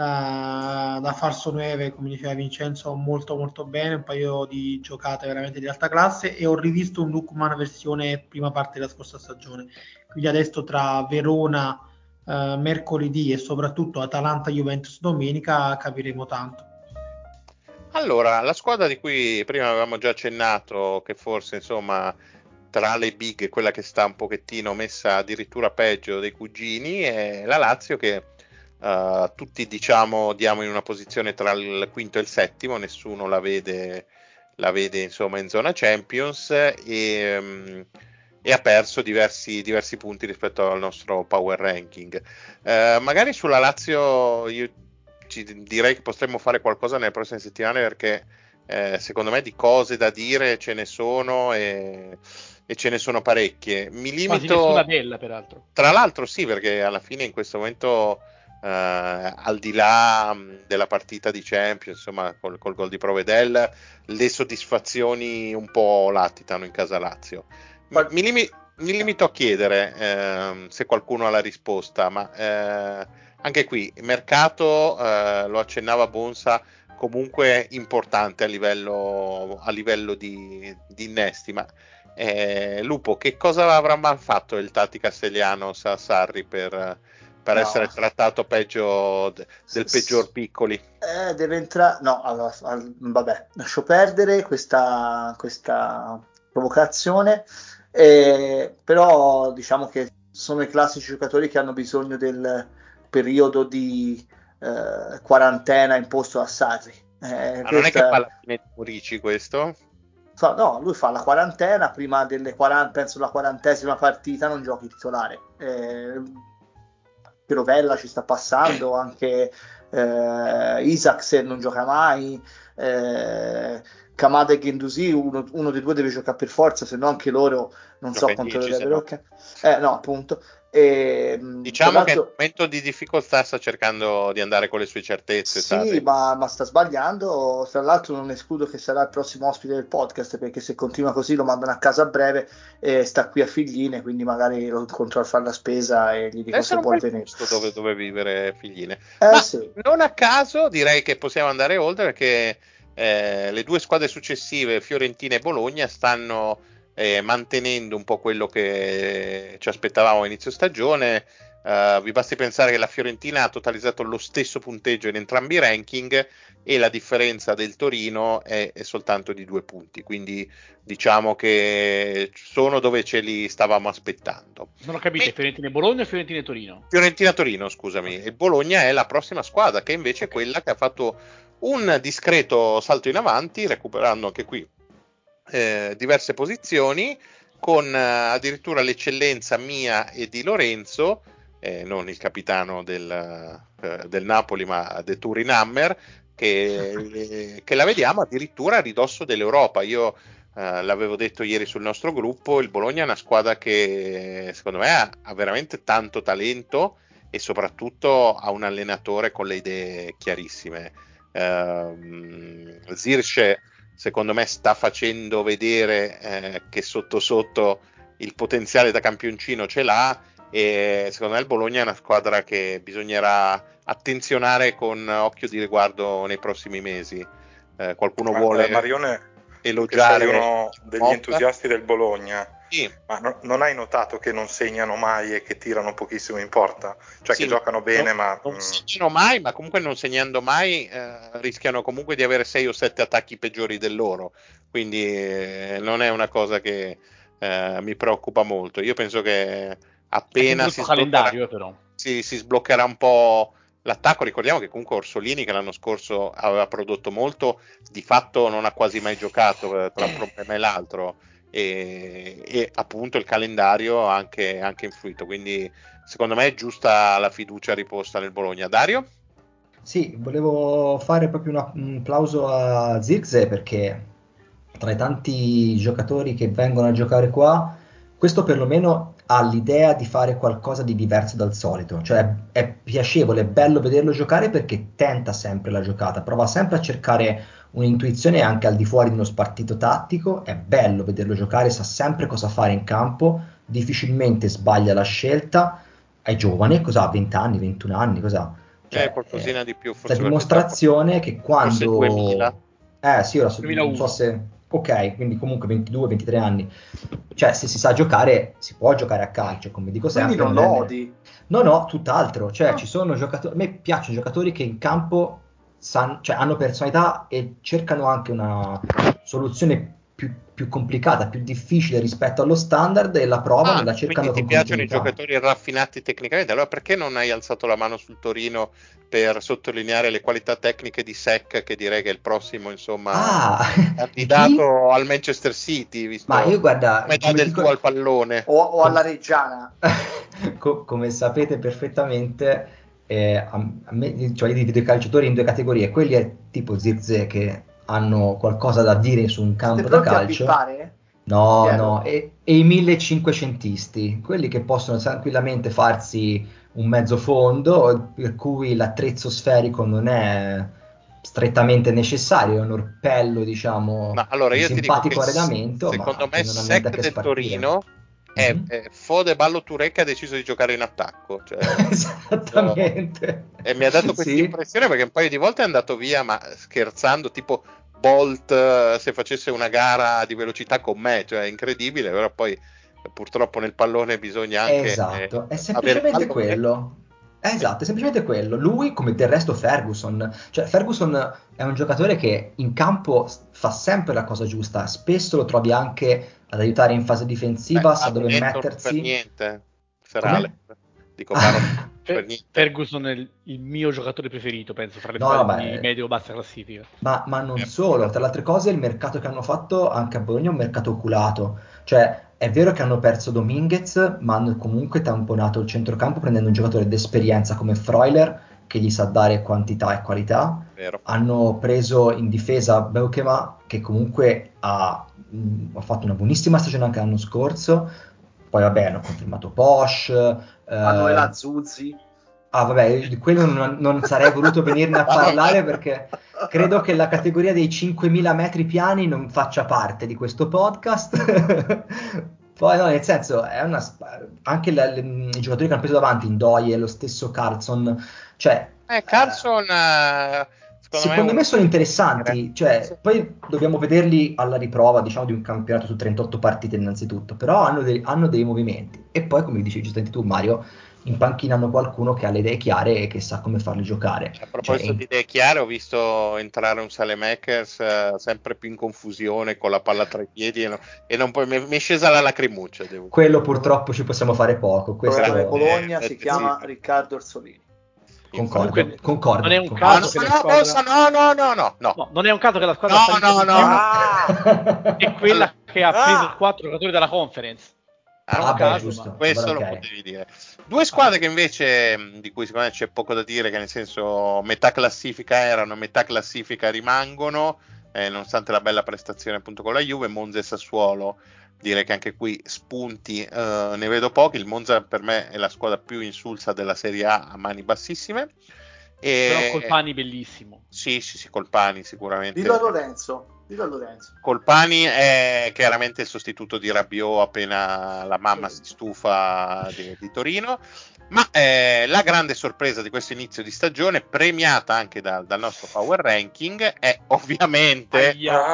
da falso 9, come diceva Vincenzo, molto molto bene, un paio di giocate veramente di alta classe, e ho rivisto un Lookman versione prima parte della scorsa stagione. Quindi adesso tra Verona mercoledì e soprattutto Atalanta-Juventus domenica capiremo tanto. Allora, la squadra di cui prima avevamo già accennato, che forse insomma tra le big è quella che sta un pochettino messa addirittura peggio dei cugini, è la Lazio, che tutti diciamo diamo in una posizione tra il quinto e il settimo, nessuno la vede insomma in zona Champions, e ha perso diversi punti rispetto al nostro power ranking. Magari sulla Lazio io direi che potremmo fare qualcosa nelle prossime settimane, perché secondo me di cose da dire ce ne sono, e ce ne sono parecchie. Mi limito... Quasi nessuna bella, peraltro. Tra l'altro sì, perché alla fine in questo momento, al di là della partita di Champions, insomma col gol di Provedel, le soddisfazioni un po' latitano in casa Lazio. Mi limito a chiedere se qualcuno ha la risposta, ma anche qui il mercato, lo accennava Bonsa, comunque importante a livello di innesti. Ma Lupo, che cosa avrà mai fatto il Tati Castellanos a Sarri per essere trattato peggio del peggior Piccoli? Deve entrare. No, allora, vabbè, lascio perdere questa provocazione. Però diciamo che sono i classici giocatori che hanno bisogno del periodo di quarantena imposto a Sarri. Ma non è che fa la fine di Murici questo? No, lui fa la quarantena, prima delle 40, penso la 40ª partita non giochi titolare. Pirovella ci sta passando, anche Isaksen non gioca mai, Kamada e Guendouzi, uno dei due deve giocare per forza, se no anche loro non so quanto dovrebbero giocare. No, appunto. Diciamo che al momento di difficoltà sta cercando di andare con le sue certezze. Sì, ma sta sbagliando. Tra l'altro non escludo che sarà il prossimo ospite del podcast, perché se continua così lo mandano a casa a breve e sta qui a Figline, quindi magari lo incontro a fare la spesa e gli dico se vuole venire. Dove vivere Figline. Sì. Non a caso direi che possiamo andare oltre, perché le due squadre successive, Fiorentina e Bologna, stanno mantenendo un po' quello che ci aspettavamo a inizio stagione. Vi basti pensare che la Fiorentina ha totalizzato lo stesso punteggio in entrambi i ranking e la differenza del Torino è soltanto di 2 punti, quindi diciamo che sono dove ce li stavamo aspettando. Non ho capito, Fiorentina e Bologna o Fiorentina e Torino? Fiorentina-Torino, scusami. Okay. E Bologna è la prossima squadra, che invece è quella che ha fatto un discreto salto in avanti, recuperando anche qui diverse posizioni, con addirittura l'eccellenza mia e di Lorenzo, non il capitano del Napoli, ma del Turin-Hammer, che la vediamo addirittura a ridosso dell'Europa. Io l'avevo detto ieri sul nostro gruppo, il Bologna è una squadra che secondo me ha veramente tanto talento e soprattutto ha un allenatore con le idee chiarissime. Zirkzee secondo me sta facendo vedere che sotto sotto il potenziale da campioncino ce l'ha, e secondo me il Bologna è una squadra che bisognerà attenzionare con occhio di riguardo nei prossimi mesi. Qualcuno vuole Marione, elogiare? Sei uno degli entusiasti del Bologna. Sì. Ma non hai notato che non segnano mai e che tirano pochissimo in porta? Cioè sì, che giocano bene, ma non segnano mai, ma comunque non segnando mai rischiano comunque di avere 6 o 7 attacchi peggiori del loro, quindi non è una cosa che mi preoccupa molto. Io penso che appena si sbloccherà un po' l'attacco, ricordiamo che comunque Orsolini, che l'anno scorso aveva prodotto molto, di fatto non ha quasi mai giocato tra un problema e l'altro, e appunto il calendario ha anche influito, quindi secondo me è giusta la fiducia riposta nel Bologna. Dario? Sì, volevo fare proprio un applauso a Zirkzee, perché tra i tanti giocatori che vengono a giocare qua, questo perlomeno ha l'idea di fare qualcosa di diverso dal solito, cioè è piacevole, è bello vederlo giocare perché tenta sempre la giocata, prova sempre a cercare un'intuizione anche al di fuori di uno spartito tattico, è bello vederlo giocare, sa sempre cosa fare in campo, difficilmente sbaglia la scelta, è giovane, cosa ha? 20 anni, 21 anni, cosa? Cioè, qualcosina di più, forse la dimostrazione che quando... Forse 2000. Sì, ora 2001. non so se... Ok, quindi comunque 22-23 anni. Cioè, se si sa giocare, si può giocare a calcio, come dico sempre. Quindi non lo odi? No, tutt'altro. Cioè, ci sono giocatori... A me piacciono giocatori che in campo cioè, hanno personalità e cercano anche una soluzione più complicata, più difficile rispetto allo standard, e la provano e la cercano con continuità. Quindi ti piacciono i giocatori raffinati tecnicamente, allora perché non hai alzato la mano sul Torino per sottolineare le qualità tecniche di Sec, che direi che è il prossimo, insomma, candidato al Manchester City, visto ma io, guarda, metà del tuo al pallone o alla Reggiana? Come sapete perfettamente, a me, cioè io divido i calciatori in 2 categorie: quelli è tipo Zirkzee, che hanno qualcosa da dire su un campo da calcio. A bippare? No, e i 1500isti, quelli che possono tranquillamente farsi un mezzo fondo, per cui l'attrezzo sferico non è strettamente necessario, è un orpello, diciamo, Ma allora di io ti dico simpatico che arredamento, secondo ma me che non ha niente a Sec che del spartire. Torino Fode Ballo Touré che ha deciso di giocare in attacco, cioè, esattamente, e mi ha dato questa impressione perché un paio di volte è andato via, ma scherzando, tipo Bolt se facesse una gara di velocità con me, cioè è incredibile, però poi purtroppo nel pallone bisogna anche esatto, è semplicemente quello. Esatto, è semplicemente quello. Lui, come del resto Ferguson, cioè Ferguson è un giocatore che in campo fa sempre la cosa giusta, spesso lo trovi anche ad aiutare in fase difensiva, sa dove mettersi. Per niente, Serale. Dico per niente. Ferguson è il mio giocatore preferito, penso, fra le di medio o bassa classifica. Ma non solo, tra le altre cose il mercato che hanno fatto anche a Bologna è un mercato oculato, cioè è vero che hanno perso Dominguez, ma hanno comunque tamponato il centrocampo prendendo un giocatore d'esperienza come Freuler, che gli sa dare quantità e qualità. Vero. Hanno preso in difesa Beukema, che comunque ha fatto una buonissima stagione anche l'anno scorso. Poi vabbè, hanno confermato Posch. Manuela Azzuzzi. Vabbè, di quello non sarei voluto venirne a parlare perché credo che la categoria dei 5.000 metri piani non faccia parte di questo podcast. Poi no, nel senso, è anche i giocatori che hanno preso davanti, Ndoye, lo stesso Carlson, cioè... Carlson... secondo me sono interessanti, cioè, poi dobbiamo vederli alla riprova, diciamo, di un campionato su 38 partite innanzitutto, però hanno dei movimenti. E poi, come dicevi giustamente tu, Mario, in panchina hanno qualcuno che ha le idee chiare e che sa come farli giocare. A proposito di idee chiare, ho visto entrare un Saelemaekers sempre più in confusione con la palla tra i piedi e non poi mi è scesa la lacrimuccia. Quello purtroppo ci possiamo fare poco. Questo Bologna si chiama Riccardo Orsolini. Concordo. Non è un caso che la squadra... No. Non è un caso che la squadra è quella che ha preso 4 giocatori dalla Conference. Giusto. Questo lo potevi dire. Due squadre che invece, di cui secondo me c'è poco da dire, che nel senso metà classifica erano, metà classifica rimangono, nonostante la bella prestazione appunto con la Juve, Monza e Sassuolo. Direi che anche qui spunti ne vedo pochi. Il Monza per me è la squadra più insulsa della Serie A mani bassissime. Però Colpani bellissimo. Sì, Colpani sicuramente. Dillo a Lorenzo. Colpani è chiaramente il sostituto di Rabiot appena la mamma si stufa di Torino. Ma la grande sorpresa di questo inizio di stagione, premiata anche dal nostro Power Ranking, è ovviamente...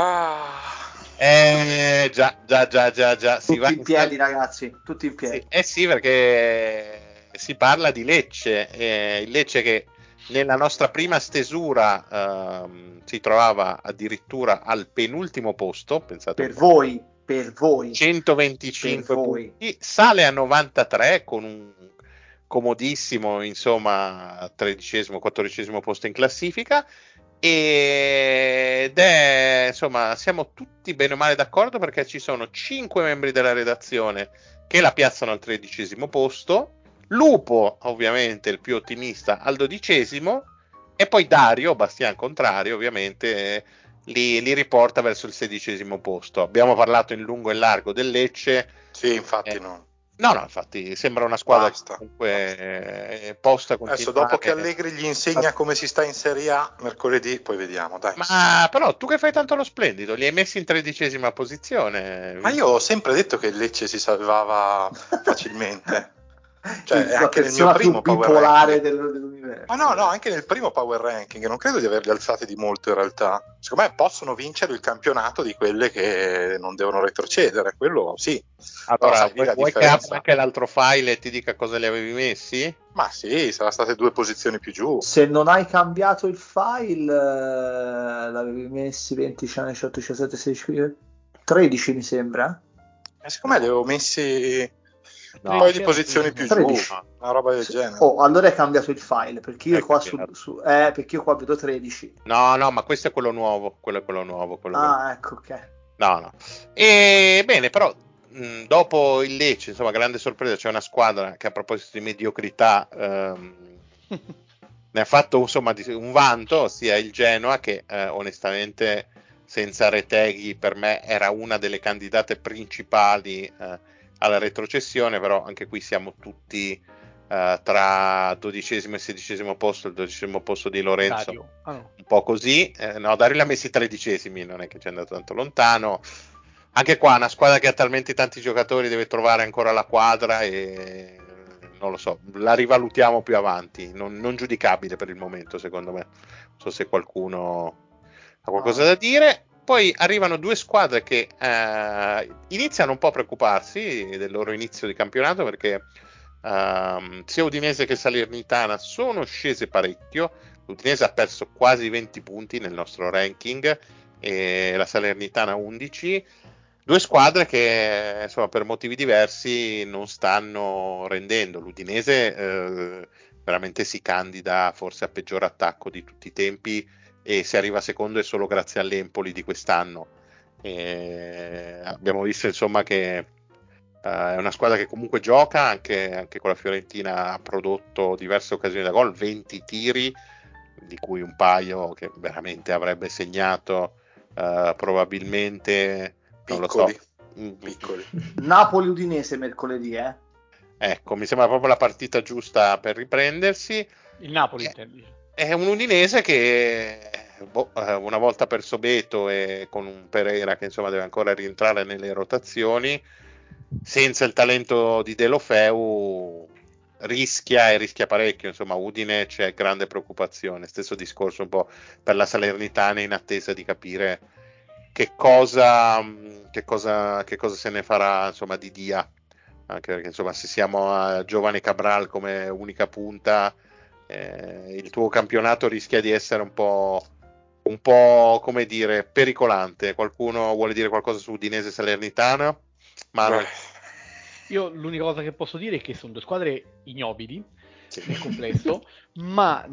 già. Tutti in piedi, ragazzi, tutti in piedi. Sì, perché si parla di Lecce, il Lecce che nella nostra prima stesura si trovava addirittura al penultimo posto, pensate per voi 125 punti, sale a 93 con un comodissimo, insomma, 13esimo, 14esimo posto in classifica. Ed è, insomma, siamo tutti bene o male d'accordo perché ci sono 5 membri della redazione che la piazzano al 13esimo posto, Lupo ovviamente il più ottimista al 12esimo e poi Dario, Bastian contrario ovviamente, li riporta verso il 16esimo posto. Abbiamo parlato in lungo e largo del Lecce. Sì, infatti No, infatti sembra una squadra comunque posta continuare. Adesso dopo che Allegri gli insegna come si sta in Serie A, mercoledì poi vediamo, dai. Ma però tu che fai tanto lo splendido, li hai messi in 13esima posizione. Ma io ho sempre detto che il Lecce si salvava facilmente. Cioè, anche nel mio primo power ranking dell'universo. Ma no, anche nel primo power ranking non credo di averli alzati di molto in realtà. Secondo me possono vincere il campionato di quelle che non devono retrocedere, quello sì. Allora, vuoi che apra anche l'altro file e ti dica cosa li avevi messi? Ma sì, saranno state 2 posizioni più giù. Se non hai cambiato il file, l'avevi messi 20, 18, 17, 16, 13 mi sembra. Secondo me li avevo messi un paio di posizioni più 13. Giù, una roba del genere. Allora hai cambiato il file, perché io qua perché io qua vedo 13. No, ma questo è quello nuovo, quello è quello nuovo. Ecco, ok. No. E bene, però dopo il Lecce, insomma, grande sorpresa, c'è una squadra che a proposito di mediocrità ne ha fatto insomma un vanto, ossia il Genoa che onestamente senza Retegui per me era una delle candidate principali alla retrocessione, però anche qui siamo tutti tra 12esimo e 16esimo posto, il 12esimo posto di Lorenzo un po' così, Dario l'ha messi 13esimi, non è che ci è andato tanto lontano. Anche qua una squadra che ha talmente tanti giocatori deve trovare ancora la quadra e non lo so, la rivalutiamo più avanti, non giudicabile per il momento secondo me. Non so se qualcuno ha qualcosa da dire. Poi arrivano due squadre che iniziano un po' a preoccuparsi del loro inizio di campionato perché sia Udinese che Salernitana sono scese parecchio. L'Udinese ha perso quasi 20 punti nel nostro ranking e la Salernitana 11. Due squadre che insomma per motivi diversi non stanno rendendo. L'Udinese veramente si candida forse a peggior attacco di tutti i tempi e se arriva secondo è solo grazie all'Empoli di quest'anno. Abbiamo visto insomma che è una squadra che comunque gioca, anche con la Fiorentina ha prodotto diverse occasioni da gol, 20 tiri, di cui un paio che veramente avrebbe segnato probabilmente, non lo so. Piccoli. Napoli-Udinese mercoledì, Ecco, mi sembra proprio la partita giusta per riprendersi. Il Napoli è un Udinese che una volta perso Beto e con un Pereira che insomma deve ancora rientrare nelle rotazioni, senza il talento di Deulofeu rischia parecchio. Insomma, Udine c'è grande preoccupazione. Stesso discorso un po' per la Salernitana, in attesa di capire che cosa se ne farà insomma di Dia, anche perché insomma se siamo a giovane Cabral come unica punta, il tuo campionato rischia di essere un po' come dire pericolante. Qualcuno vuole dire qualcosa su Udinese Salernitana? Manuel? Io l'unica cosa che posso dire è che sono due squadre ignobili nel complesso, ma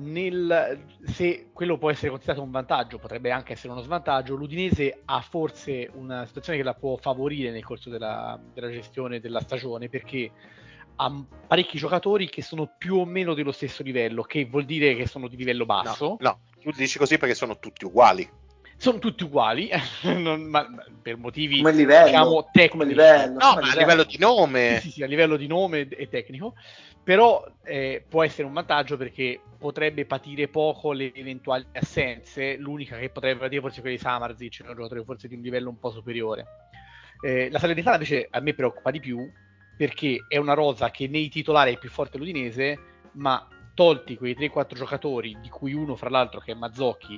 se quello può essere considerato un vantaggio, potrebbe anche essere uno svantaggio. L'Udinese ha forse una situazione che la può favorire nel corso della gestione della stagione, perché ha parecchi giocatori che sono più o meno dello stesso livello, che vuol dire che sono di livello basso. No, tu dici così perché sono tutti uguali. Sono tutti uguali, ma per motivi come livello, diciamo tecnici. Come livello, no, ma a livello di nome. Sì, a livello di nome e tecnico. Però può essere un vantaggio perché potrebbe patire poco le eventuali assenze. L'unica che potrebbe patire forse è quella di Samardzic, un giocatore forse di un livello un po' superiore. La Salernitana invece a me preoccupa di più perché è una rosa che nei titolari è più forte l'Udinese, ma tolti quei 3-4 giocatori, di cui uno fra l'altro che è Mazzocchi,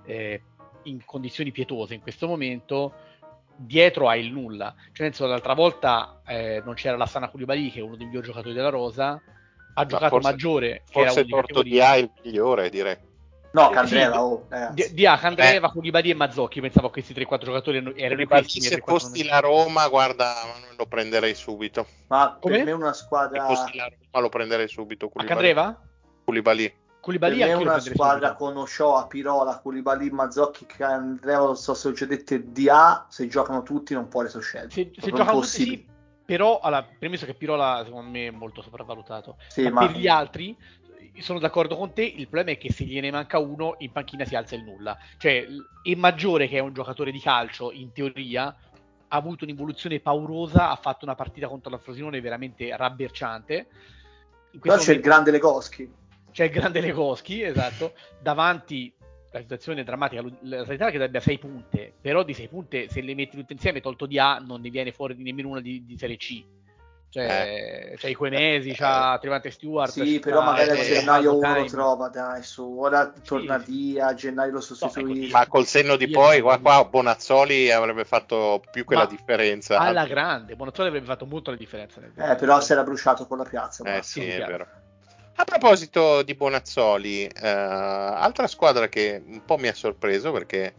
in condizioni pietose in questo momento, dietro ha il nulla. Cioè, nel senso, l'altra volta non c'era la Sana Koulibaly, che è uno dei migliori giocatori della rosa, ha giocato Maggiore, che era uno di categoria. Il migliore, direi. No, Candreva, Candreva, Koulibaly e Mazzocchi. Io pensavo che questi 3-4 giocatori erano questi. Se fossi la Roma, guarda, lo prenderei subito. Ma come? Per me una squadra... Se fossi la Roma lo prenderei subito. A Candreva? Koulibaly. Per me è una squadra con Ochoa, Pirola, Koulibaly, Mazzocchi, Candreva, non so se ho già detto DA, se giocano tutti non può le scelte. Se giocano tutti sì, però premesso che Pirola secondo me è molto sopravvalutato. Sì, ma per gli altri sono d'accordo con te, il problema è che se gliene manca uno in panchina si alza il nulla. Cioè, è Maggiore, che è un giocatore di calcio, in teoria ha avuto un'evoluzione paurosa, ha fatto una partita contro la Frosinone veramente rabberciante. Però c'è il grande Legoschi. C'è il grande Legoschi, esatto. Davanti la situazione è drammatica, la Salernitana che darebbe a 6 punte, però di 6 punte se le metti tutte insieme, tolto di A, non ne viene fuori nemmeno una di Serie C. Cioè, c'è i Quenesi, c'ha Trevante Stewart. Sì, però magari a gennaio uno lo trova, dai, su. Ora torna via, a gennaio lo sostituisce. Ma col senno di poi, qua Bonazzoli avrebbe fatto più che la differenza. Alla grande, Bonazzoli avrebbe fatto molto la differenza. Però si era bruciato con la piazza. Sì, è vero. A proposito di Bonazzoli, altra squadra che un po' mi ha sorpreso perché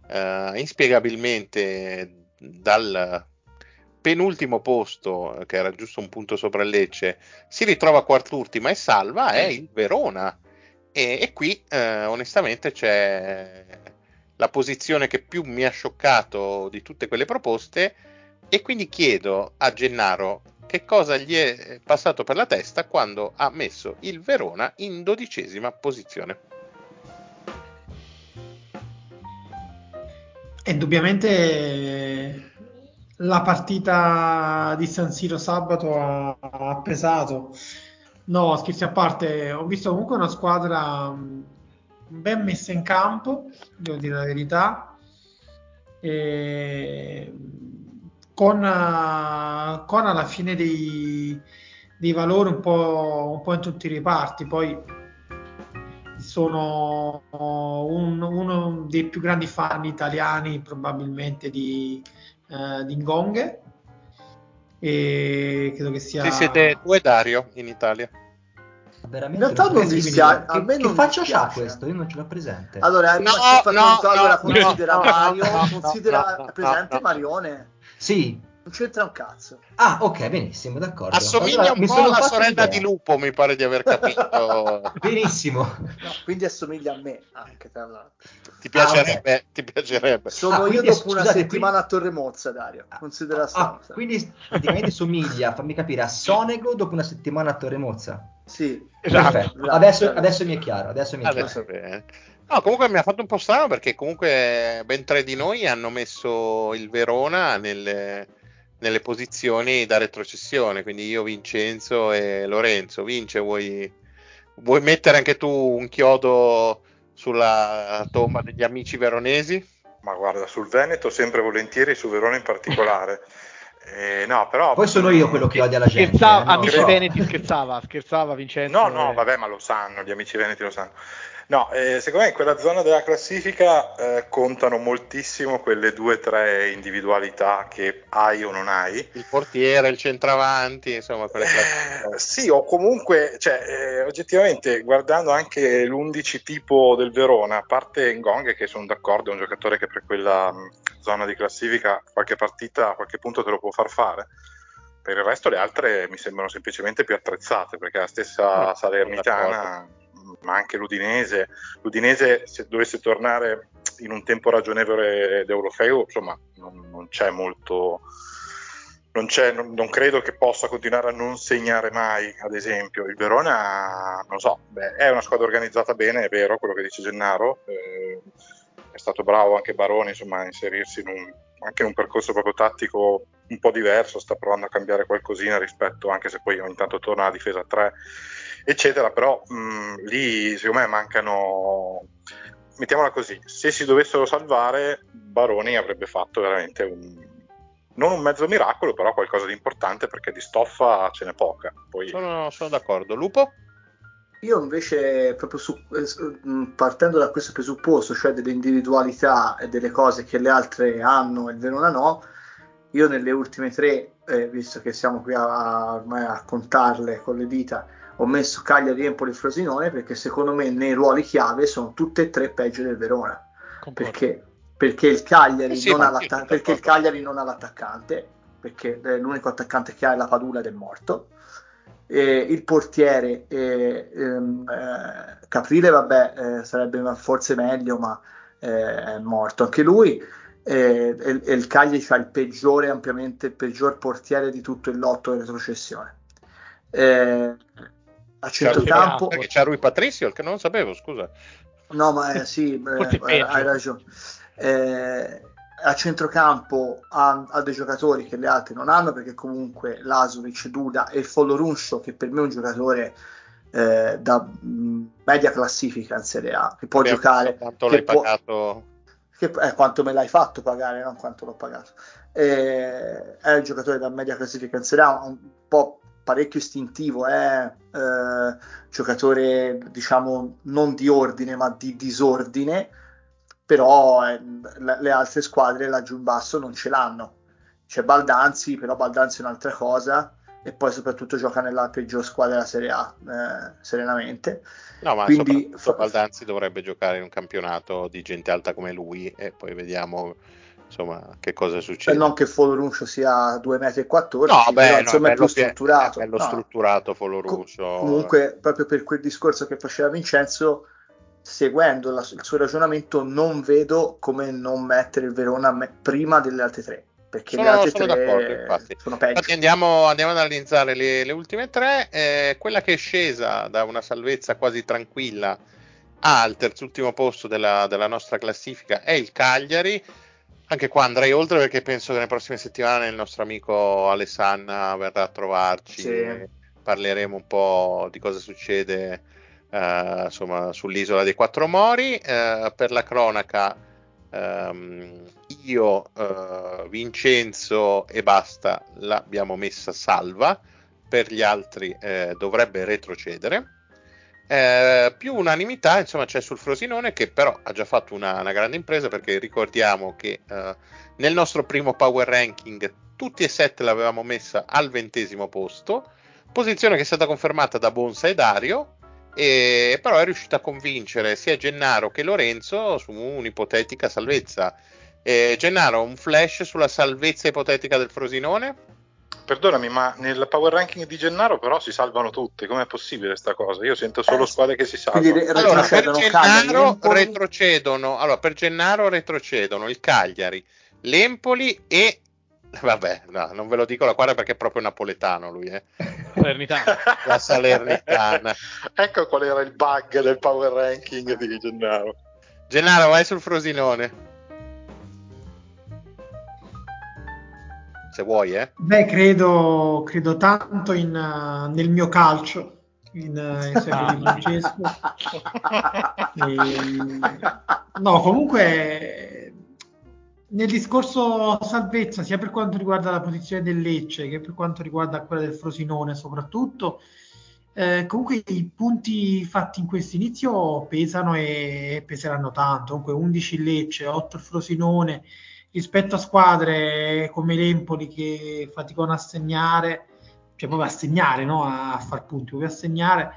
inspiegabilmente dal penultimo posto, che era giusto un punto sopra il Lecce, si ritrova quart'ultima e salva, è il Verona. E qui onestamente c'è la posizione che più mi ha scioccato di tutte quelle proposte, e quindi chiedo a Gennaro che cosa gli è passato per la testa quando ha messo il Verona in 12ª posizione. Indubbiamente la partita di San Siro sabato ha pesato. No, scherzi a parte, ho visto comunque una squadra ben messa in campo, devo dire la verità. con alla fine dei valori un po' in tutti i reparti. Poi sono uno dei più grandi fan italiani probabilmente di Ngonghe, e credo che sia... Sì, siete tu e Dario in Italia. Veramente in realtà non dispiace, a me che non faccia dispiace. c'ha questo? Io non ce l'ho presente. Allora, considera no, presente no. Marione. Sì. Non c'entra un cazzo. Ah, ok, benissimo, d'accordo. Assomiglia allora, un po' alla sorella di Lupo, mi pare di aver capito. Benissimo. No, quindi assomiglia a me anche, tra l'altro. Ti piacerebbe? Okay. Ti piacerebbe. Sono io dopo una settimana a Torre Mozza, Dario. Considera quindi praticamente somiglia, fammi capire, a Sonego dopo una settimana a Torre Mozza. Sì, esatto. Adesso mi è chiaro. Adesso bene. No, comunque mi ha fatto un po' strano perché comunque ben 3 di noi hanno messo il Verona nelle posizioni da retrocessione, quindi io, Vincenzo e Lorenzo. Vince, vuoi mettere anche tu un chiodo sulla tomba degli amici veronesi? Ma guarda, sul Veneto sempre volentieri, su Verona in particolare. No, però poi sono io quello che odia la gente. Amici veneti scherzava Vincenzo. No, vabbè, ma lo sanno, gli amici veneti lo sanno. No, secondo me in quella zona della classifica contano moltissimo quelle 2 o 3 individualità che hai o non hai. Il portiere, il centravanti, insomma, quelle classiche. Sì, o comunque, oggettivamente, guardando anche l'11 tipo del Verona, a parte Ngonghe, che sono d'accordo, è un giocatore che per quella zona di classifica qualche partita, a qualche punto te lo può far fare. Per il resto le altre mi sembrano semplicemente più attrezzate, perché la stessa Salernitana, ma anche l'Udinese, se dovesse tornare in un tempo ragionevole d'Eurofeu, insomma, non c'è molto, non credo che possa continuare a non segnare mai, ad esempio. Il Verona, non so, è una squadra organizzata bene, è vero quello che dice Gennaro, è stato bravo anche Baroni, insomma, a inserirsi anche in un percorso proprio tattico un po' diverso, sta provando a cambiare qualcosina rispetto, anche se poi ogni tanto torna alla difesa a 3, eccetera, però lì secondo me mancano, mettiamola così, se si dovessero salvare, Baroni avrebbe fatto veramente non un mezzo miracolo, però qualcosa di importante, perché di stoffa ce n'è poca. Poi... Sono d'accordo. Lupo? Io invece, proprio partendo da questo presupposto, cioè delle individualità e delle cose che le altre hanno e il Verona no, io nelle ultime 3, visto che siamo qui ormai a contarle con le dita, ho messo Cagliari, Empoli e Frosinone, perché secondo me nei ruoli chiave sono tutte e 3 peggio del Verona. Perché il Cagliari non ha l'attaccante, perché l'unico attaccante che ha è la Padula ed è morto. Il portiere Caprile, vabbè, sarebbe forse meglio, ma è morto anche lui. E il Cagliari ha ampiamente il peggior portiere di tutto il lotto di retrocessione. A centrocampo c'è Rui Patricio, che non lo sapevo, scusa. No, ma sì, hai ragione. A centrocampo ha dei giocatori che le altre non hanno, perché comunque Lazovic, Duda e Folorunso, che per me è un giocatore da media classifica in Serie A, che può giocare. Quanto l'hai pagato? Quanto me l'hai fatto pagare, non quanto l'ho pagato. È un giocatore da media classifica in Serie A, un po' parecchio istintivo, giocatore diciamo non di ordine ma di disordine, però le altre squadre laggiù in basso non ce l'hanno. C'è Baldanzi, però Baldanzi è un'altra cosa, e poi soprattutto gioca nella peggior squadra della Serie A, serenamente. No, ma quindi Baldanzi dovrebbe giocare in un campionato di gente alta come lui, e poi vediamo insomma che cosa succede. Non che Foloruncio sia 2,14 m, no, però insomma è più strutturato. È bello strutturato Foloruncio. Comunque, proprio per quel discorso che faceva Vincenzo, seguendo il suo ragionamento, non vedo come non mettere il Verona prima delle altre 3, perché le altre 3 sono peggio. Infatti andiamo ad analizzare le ultime 3. Quella che è scesa da una salvezza quasi tranquilla al terzultimo posto della nostra classifica è il Cagliari. Anche qua andrei oltre, perché penso che nelle prossime settimane il nostro amico Alessanna verrà a trovarci, sì, e parleremo un po' di cosa succede insomma sull'isola dei Quattro Mori. Per la cronaca, io, Vincenzo e basta l'abbiamo messa salva, per gli altri dovrebbe retrocedere. Più unanimità insomma c'è sul Frosinone, che però ha già fatto una grande impresa, perché ricordiamo che nel nostro primo power ranking tutti e 7 l'avevamo messa al 20° posto, posizione che è stata confermata da Bonsa e Dario, e però è riuscito a convincere sia Gennaro che Lorenzo su un'ipotetica salvezza. Gennaro, un flash sulla salvezza ipotetica del Frosinone? Perdonami, ma nel power ranking di Gennaro però si salvano tutte. Com'è possibile sta cosa? Io sento solo squadre che si salvano. Allora, per Gennaro retrocedono. Allora, per Gennaro retrocedono il Cagliari, l'Empoli e vabbè, no, non ve lo dico la quadra perché è proprio napoletano lui, Salernitana. La Salernitana. Ecco qual era il bug del power ranking di Gennaro. Gennaro, vai sul Frosinone. Se vuoi, Beh, credo tanto nel mio calcio, in Sergio Di Francesco. No, comunque nel discorso salvezza, sia per quanto riguarda la posizione del Lecce che per quanto riguarda quella del Frosinone soprattutto, comunque i punti fatti in questo inizio pesano e peseranno tanto. Comunque 11 il Lecce, 8 il Frosinone, rispetto a squadre come l'Empoli che faticano a segnare, cioè proprio a segnare, no? A far punti, proprio a segnare.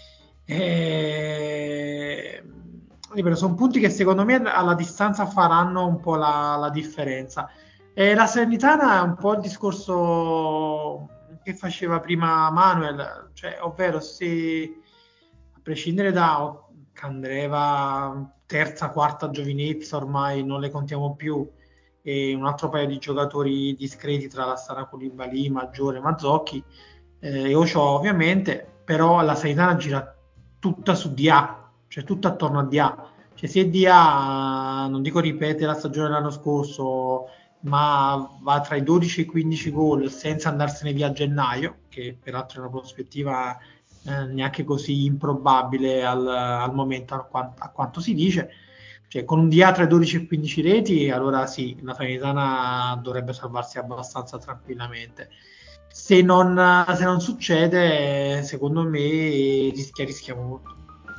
Ripeto, sono punti che secondo me alla distanza faranno un po' la differenza. La Salernitana è un po' il discorso che faceva prima Manuel, cioè, ovvero se a prescindere da Candreva, terza, quarta giovinezza, ormai non le contiamo più, e un altro paio di giocatori discreti tra la Sara Coulibaly, Maggiore, Mazzocchi, e Ocio ovviamente, però la Salernitana gira tutta su DA, cioè tutta attorno a DA. Cioè se DA, non dico ripete la stagione dell'anno scorso, ma va tra i 12 e i 15 gol senza andarsene via a gennaio, che peraltro è una prospettiva neanche così improbabile al momento a quanto si dice. Cioè, con un DA tra i 12 e 15 reti, allora sì, la Salernitana dovrebbe salvarsi abbastanza tranquillamente. Se non succede, secondo me rischiamo molto.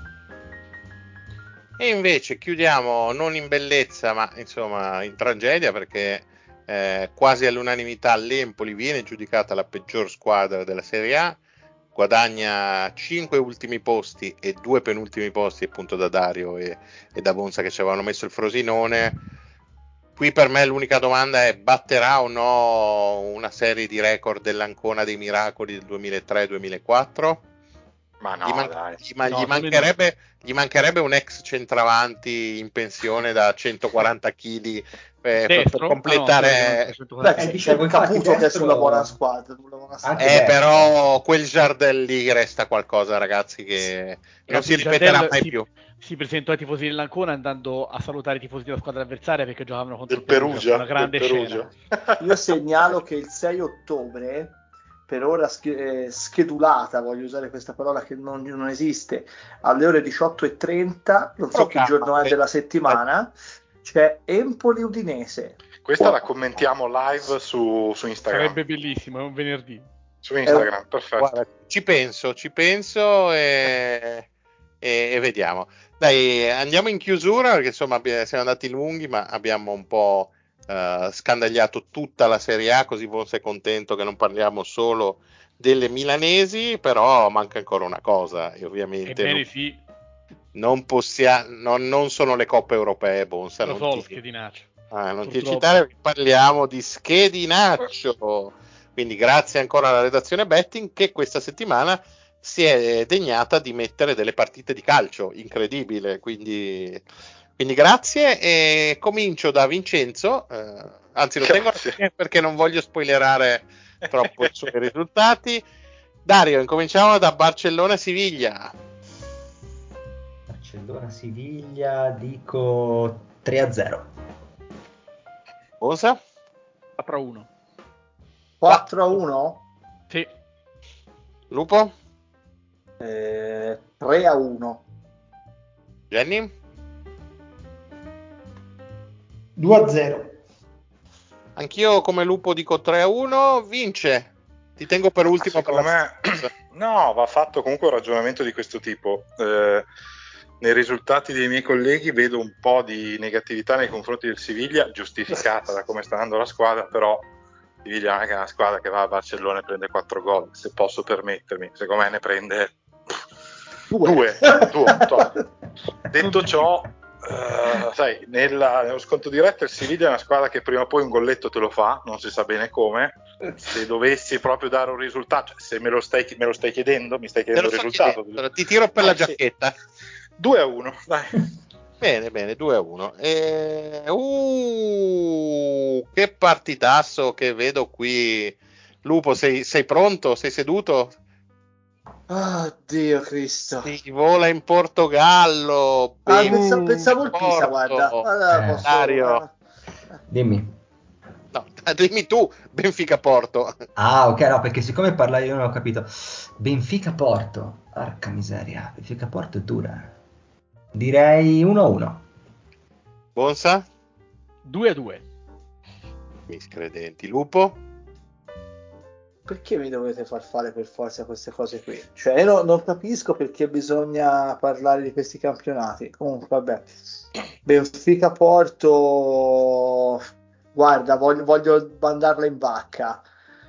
E invece chiudiamo non in bellezza, ma insomma in tragedia, perché quasi all'unanimità l'Empoli viene giudicata la peggior squadra della Serie A, guadagna 5 ultimi posti e 2 penultimi posti appunto da Dario e da Bonsa, che ci avevano messo il Frosinone. Qui per me l'unica domanda è: batterà o no una serie di record dell'Ancona dei Miracoli del 2003-2004? Ma no, dai. Gli mancherebbe un ex centravanti in pensione da 140 kg per completare. Dicevo Caputo che è sulla buona squadra. Però quel Jardel lì resta qualcosa, ragazzi, che non si ripeterà mai più. Si presentò ai tifosi dell'Ancona andando a salutare i tifosi della squadra avversaria perché giocavano contro il Perugia, una grande scena. Io segnalo che il 6 ottobre, per ora schedulata, voglio usare questa parola che non esiste, alle ore 18:30, non so che giorno è della settimana, c'è Empoli-Udinese. Questa la commentiamo live su Instagram. Sarebbe bellissimo, è un venerdì. Su Instagram, perfetto. Guarda, ci penso e vediamo. Dai, andiamo in chiusura, perché insomma siamo andati lunghi, ma abbiamo un po' scandagliato tutta la Serie A, così voi sei contento che non parliamo solo delle milanesi, però manca ancora una cosa, e ovviamente Ebbene sì. non sono le coppe europee, Bonsa. Lo so, lo schedinaccio. Non ti eccitare, parliamo di schedinaccio. Quindi grazie ancora alla redazione Betting, che questa settimana si è degnata di mettere delle partite di calcio, incredibile, quindi grazie, e comincio da Vincenzo, anzi lo tengo perché non voglio spoilerare troppo i suoi risultati. Dario, incominciamo da Barcellona-Siviglia. Barcellona-Siviglia, dico 3-0. Cosa? 4-1. 4-1? Sì. Lupo? 3-1. Jenny? 2-0. Anch'io come Lupo dico 3-1, vince. Ti tengo per ultimo. Secondo me no, va fatto comunque un ragionamento di questo tipo. Nei risultati dei miei colleghi vedo un po' di negatività nei confronti del Siviglia, giustificata da come sta andando la squadra, però Siviglia non è che è una squadra che va a Barcellona e prende 4 gol, se posso permettermi, secondo me ne prende 2. Detto ciò, sai, nello sconto diretto il Siviglia è una squadra che prima o poi un golletto te lo fa, non si sa bene come. Se dovessi proprio dare un risultato, se me lo stai chiedendo, mi stai chiedendo il risultato. Chiedendo. Ti tiro per la giacchetta. 2-1, dai. Bene, 2-1. Che partitasso che vedo qui. Lupo, sei pronto? Sei seduto? Dio Cristo. Si vola in Portogallo. Pensavo il Pisa, guarda. Dario. Dimmi. No, dimmi tu, Benfica Porto. Ah, ok, no, perché siccome parlai io non ho capito. Benfica Porto. Porca miseria, Benfica Porto è dura. Direi 1-1. Bonsa? 2-2. Miscredenti. Lupo? Perché mi dovete far fare per forza queste cose qui? Cioè, io non capisco perché bisogna parlare di questi campionati. Comunque, vabbè. Benfica Porto, guarda, voglio mandarla in vacca.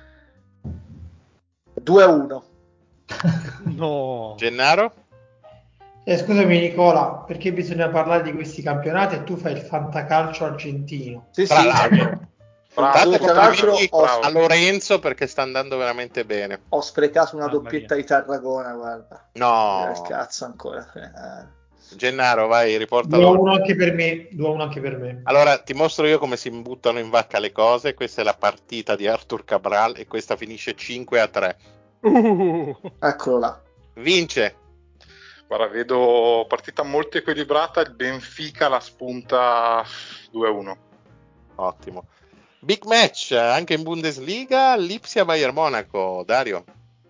2-1. No. Gennaro? Scusami Nicola, perché bisogna parlare di questi campionati e tu fai il fantacalcio argentino? Sì, Tra l'altro. Bravo, Tra l'altro a Lorenzo perché sta andando veramente bene. Ho sprecato una doppietta di Tarragona, guarda. No. Il cazzo ancora. Gennaro, vai, riportalo. 2-1 anche per me. 2-1 anche per me. Allora, ti mostro io come si buttano in vacca le cose. Questa è la partita di Artur Cabral e questa finisce 5-3. Eccolo là. Vince. Guarda, vedo partita molto equilibrata, il Benfica la spunta 2-1. Ottimo. Big match anche in Bundesliga, Lipsia Bayern Monaco. Dario?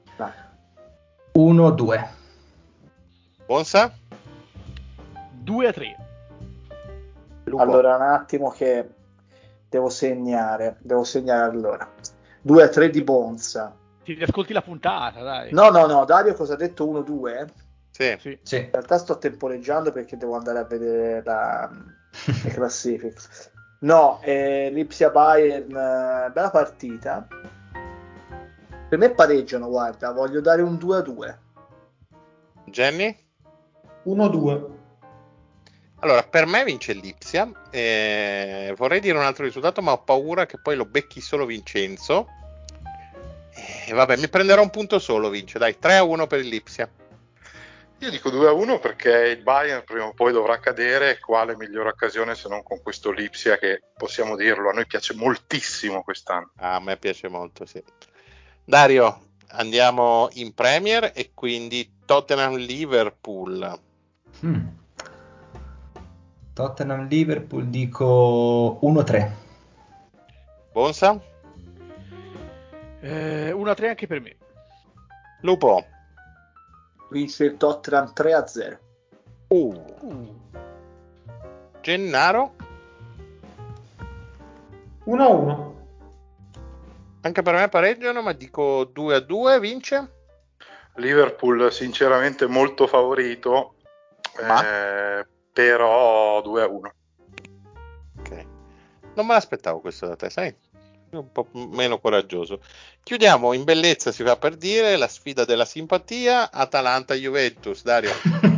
1-2. Bonsa? 2-3. Allora, un attimo che devo segnare allora. 2-3 di Bonsa. Ti riascolti la puntata, dai. No, Dario cosa ha detto? 1-2? Sì. In realtà sto temporeggiando perché devo andare a vedere le classifiche. No, Lipsia Bayern, bella partita. Per me pareggiano, guarda, voglio dare un 2-2. Jenny? 1-2. Allora, per me vince il Lipsia. Vorrei dire un altro risultato, ma ho paura che poi lo becchi solo Vincenzo. Vabbè, mi prenderò un punto solo, vince. Dai, 3-1 per il Lipsia. Io dico 2-1 perché il Bayern prima o poi dovrà cadere. Quale migliore occasione se non con questo Lipsia che, possiamo dirlo, a noi piace moltissimo quest'anno. A me piace molto, sì. Dario, andiamo in Premier e quindi Tottenham-Liverpool. Tottenham-Liverpool dico 1-3. Bonsa? 1-3 anche per me. Lupo? Vince il Tottenham 3-0. Gennaro? 1-1. Anche per me pareggiano, ma dico 2-2, vince? Liverpool sinceramente molto favorito, però 2-1. Ok. Non me l'aspettavo questo da te, sai? Un po' meno coraggioso. Chiudiamo in bellezza, si fa per dire, la sfida della simpatia, Atalanta-Juventus. Dario?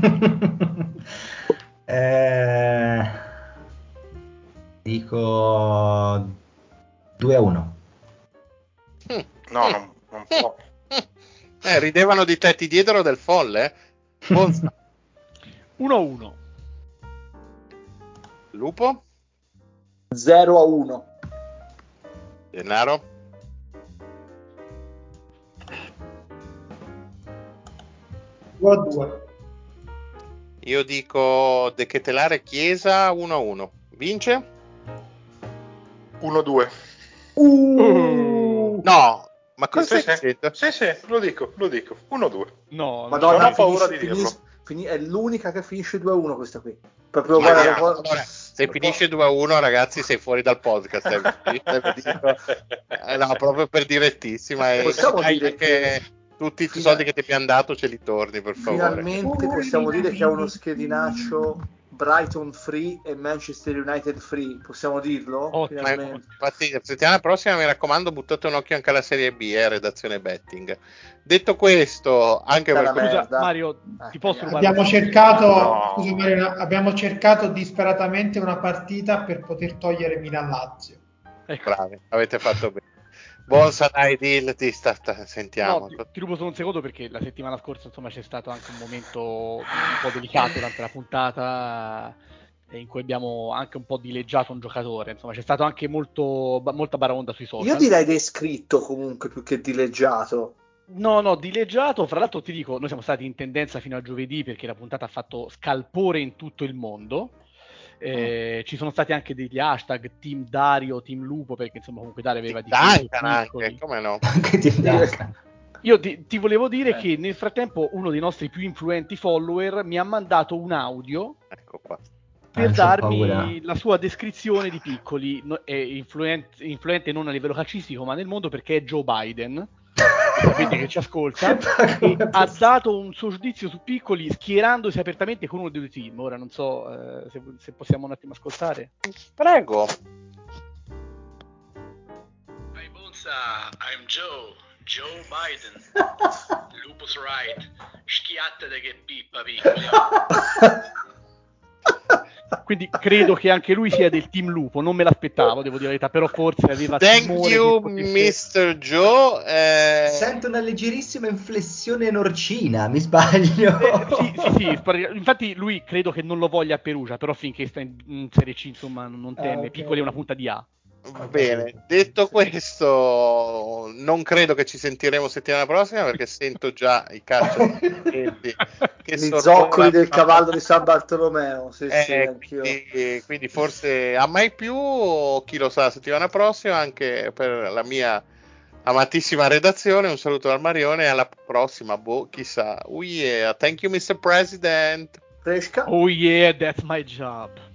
Dico 2-1. No, non può. Ridevano di te, ti diedero del folle? 1-1. Lupo? 0-1. Gennaro? 2-2. Io dico De Ketelare Chiesa 1-1. Vince? 1-2. No, ma cosa stai dicendo? Sì, lo dico. 1-2. No, Madonna, non ho paura di dirlo. È l'unica che finisce 2-1 questa qui. Proprio, Allora, Se finisce 2-1, ragazzi, sei fuori dal podcast. No, proprio per direttissima. E possiamo dire che tutti i soldi che ti abbiamo dato ce li torni, per favore. Finalmente possiamo dire che è uno schedinaccio Brighton free e Manchester United free, possiamo dirlo? Infatti, la settimana prossima, mi raccomando, buttate un occhio anche alla Serie B, redazione betting. Detto questo, anche per scusa, Mario, ti posso rubare? Abbiamo cercato disperatamente una partita per poter togliere Milan-Lazio. Ecco. Bravi, avete fatto bene. Buon Sarai Deal, sentiamo. No, ti rubo solo un secondo perché la settimana scorsa insomma c'è stato anche un momento un po' delicato durante la puntata in cui abbiamo anche un po' dileggiato un giocatore, insomma c'è stato anche molta baraonda sui social. Io direi descritto comunque più che dileggiato. No, dileggiato, fra l'altro ti dico, noi siamo stati in tendenza fino a giovedì perché la puntata ha fatto scalpore in tutto il mondo. Ci sono stati anche degli hashtag Team Dario, Team Lupo, perché insomma comunque Dario aveva di anche, come no? Anche Team Duncan. Io ti volevo dire che nel frattempo uno dei nostri più influenti follower mi ha mandato un audio, ecco qua, per darmi la sua descrizione di Piccoli. È influente non a livello calcistico ma nel mondo, perché è Joe Biden. Sapete che ci ascolta e ha dato un suo giudizio su Piccoli schierandosi apertamente con uno dei due team. Ora non so se possiamo un attimo ascoltare. Prego. Hi Bonza, I'm Joe Biden. Lupus right. Schiattete che pippa Piccoli. Quindi credo che anche lui sia del team Lupo, non me l'aspettavo, devo dire la verità, però forse aveva timore. Thank you, Mr. Joe. Sento una leggerissima inflessione norcina, mi sbaglio? Sì, infatti lui credo che non lo voglia a Perugia, però finché sta in Serie C, insomma, non teme. Okay. Piccoli è una punta di A. Bene, detto questo, non credo che ci sentiremo settimana prossima, perché sento già i calci che gli zoccoli del cavallo di San Bartolomeo. Sì, anch'io. Quindi forse a mai più, chi lo sa, settimana prossima, anche per la mia amatissima redazione. Un saluto dal Marione e alla prossima, chissà. Oh yeah, thank you Mr. President. Fresca. Oh yeah, that's my job.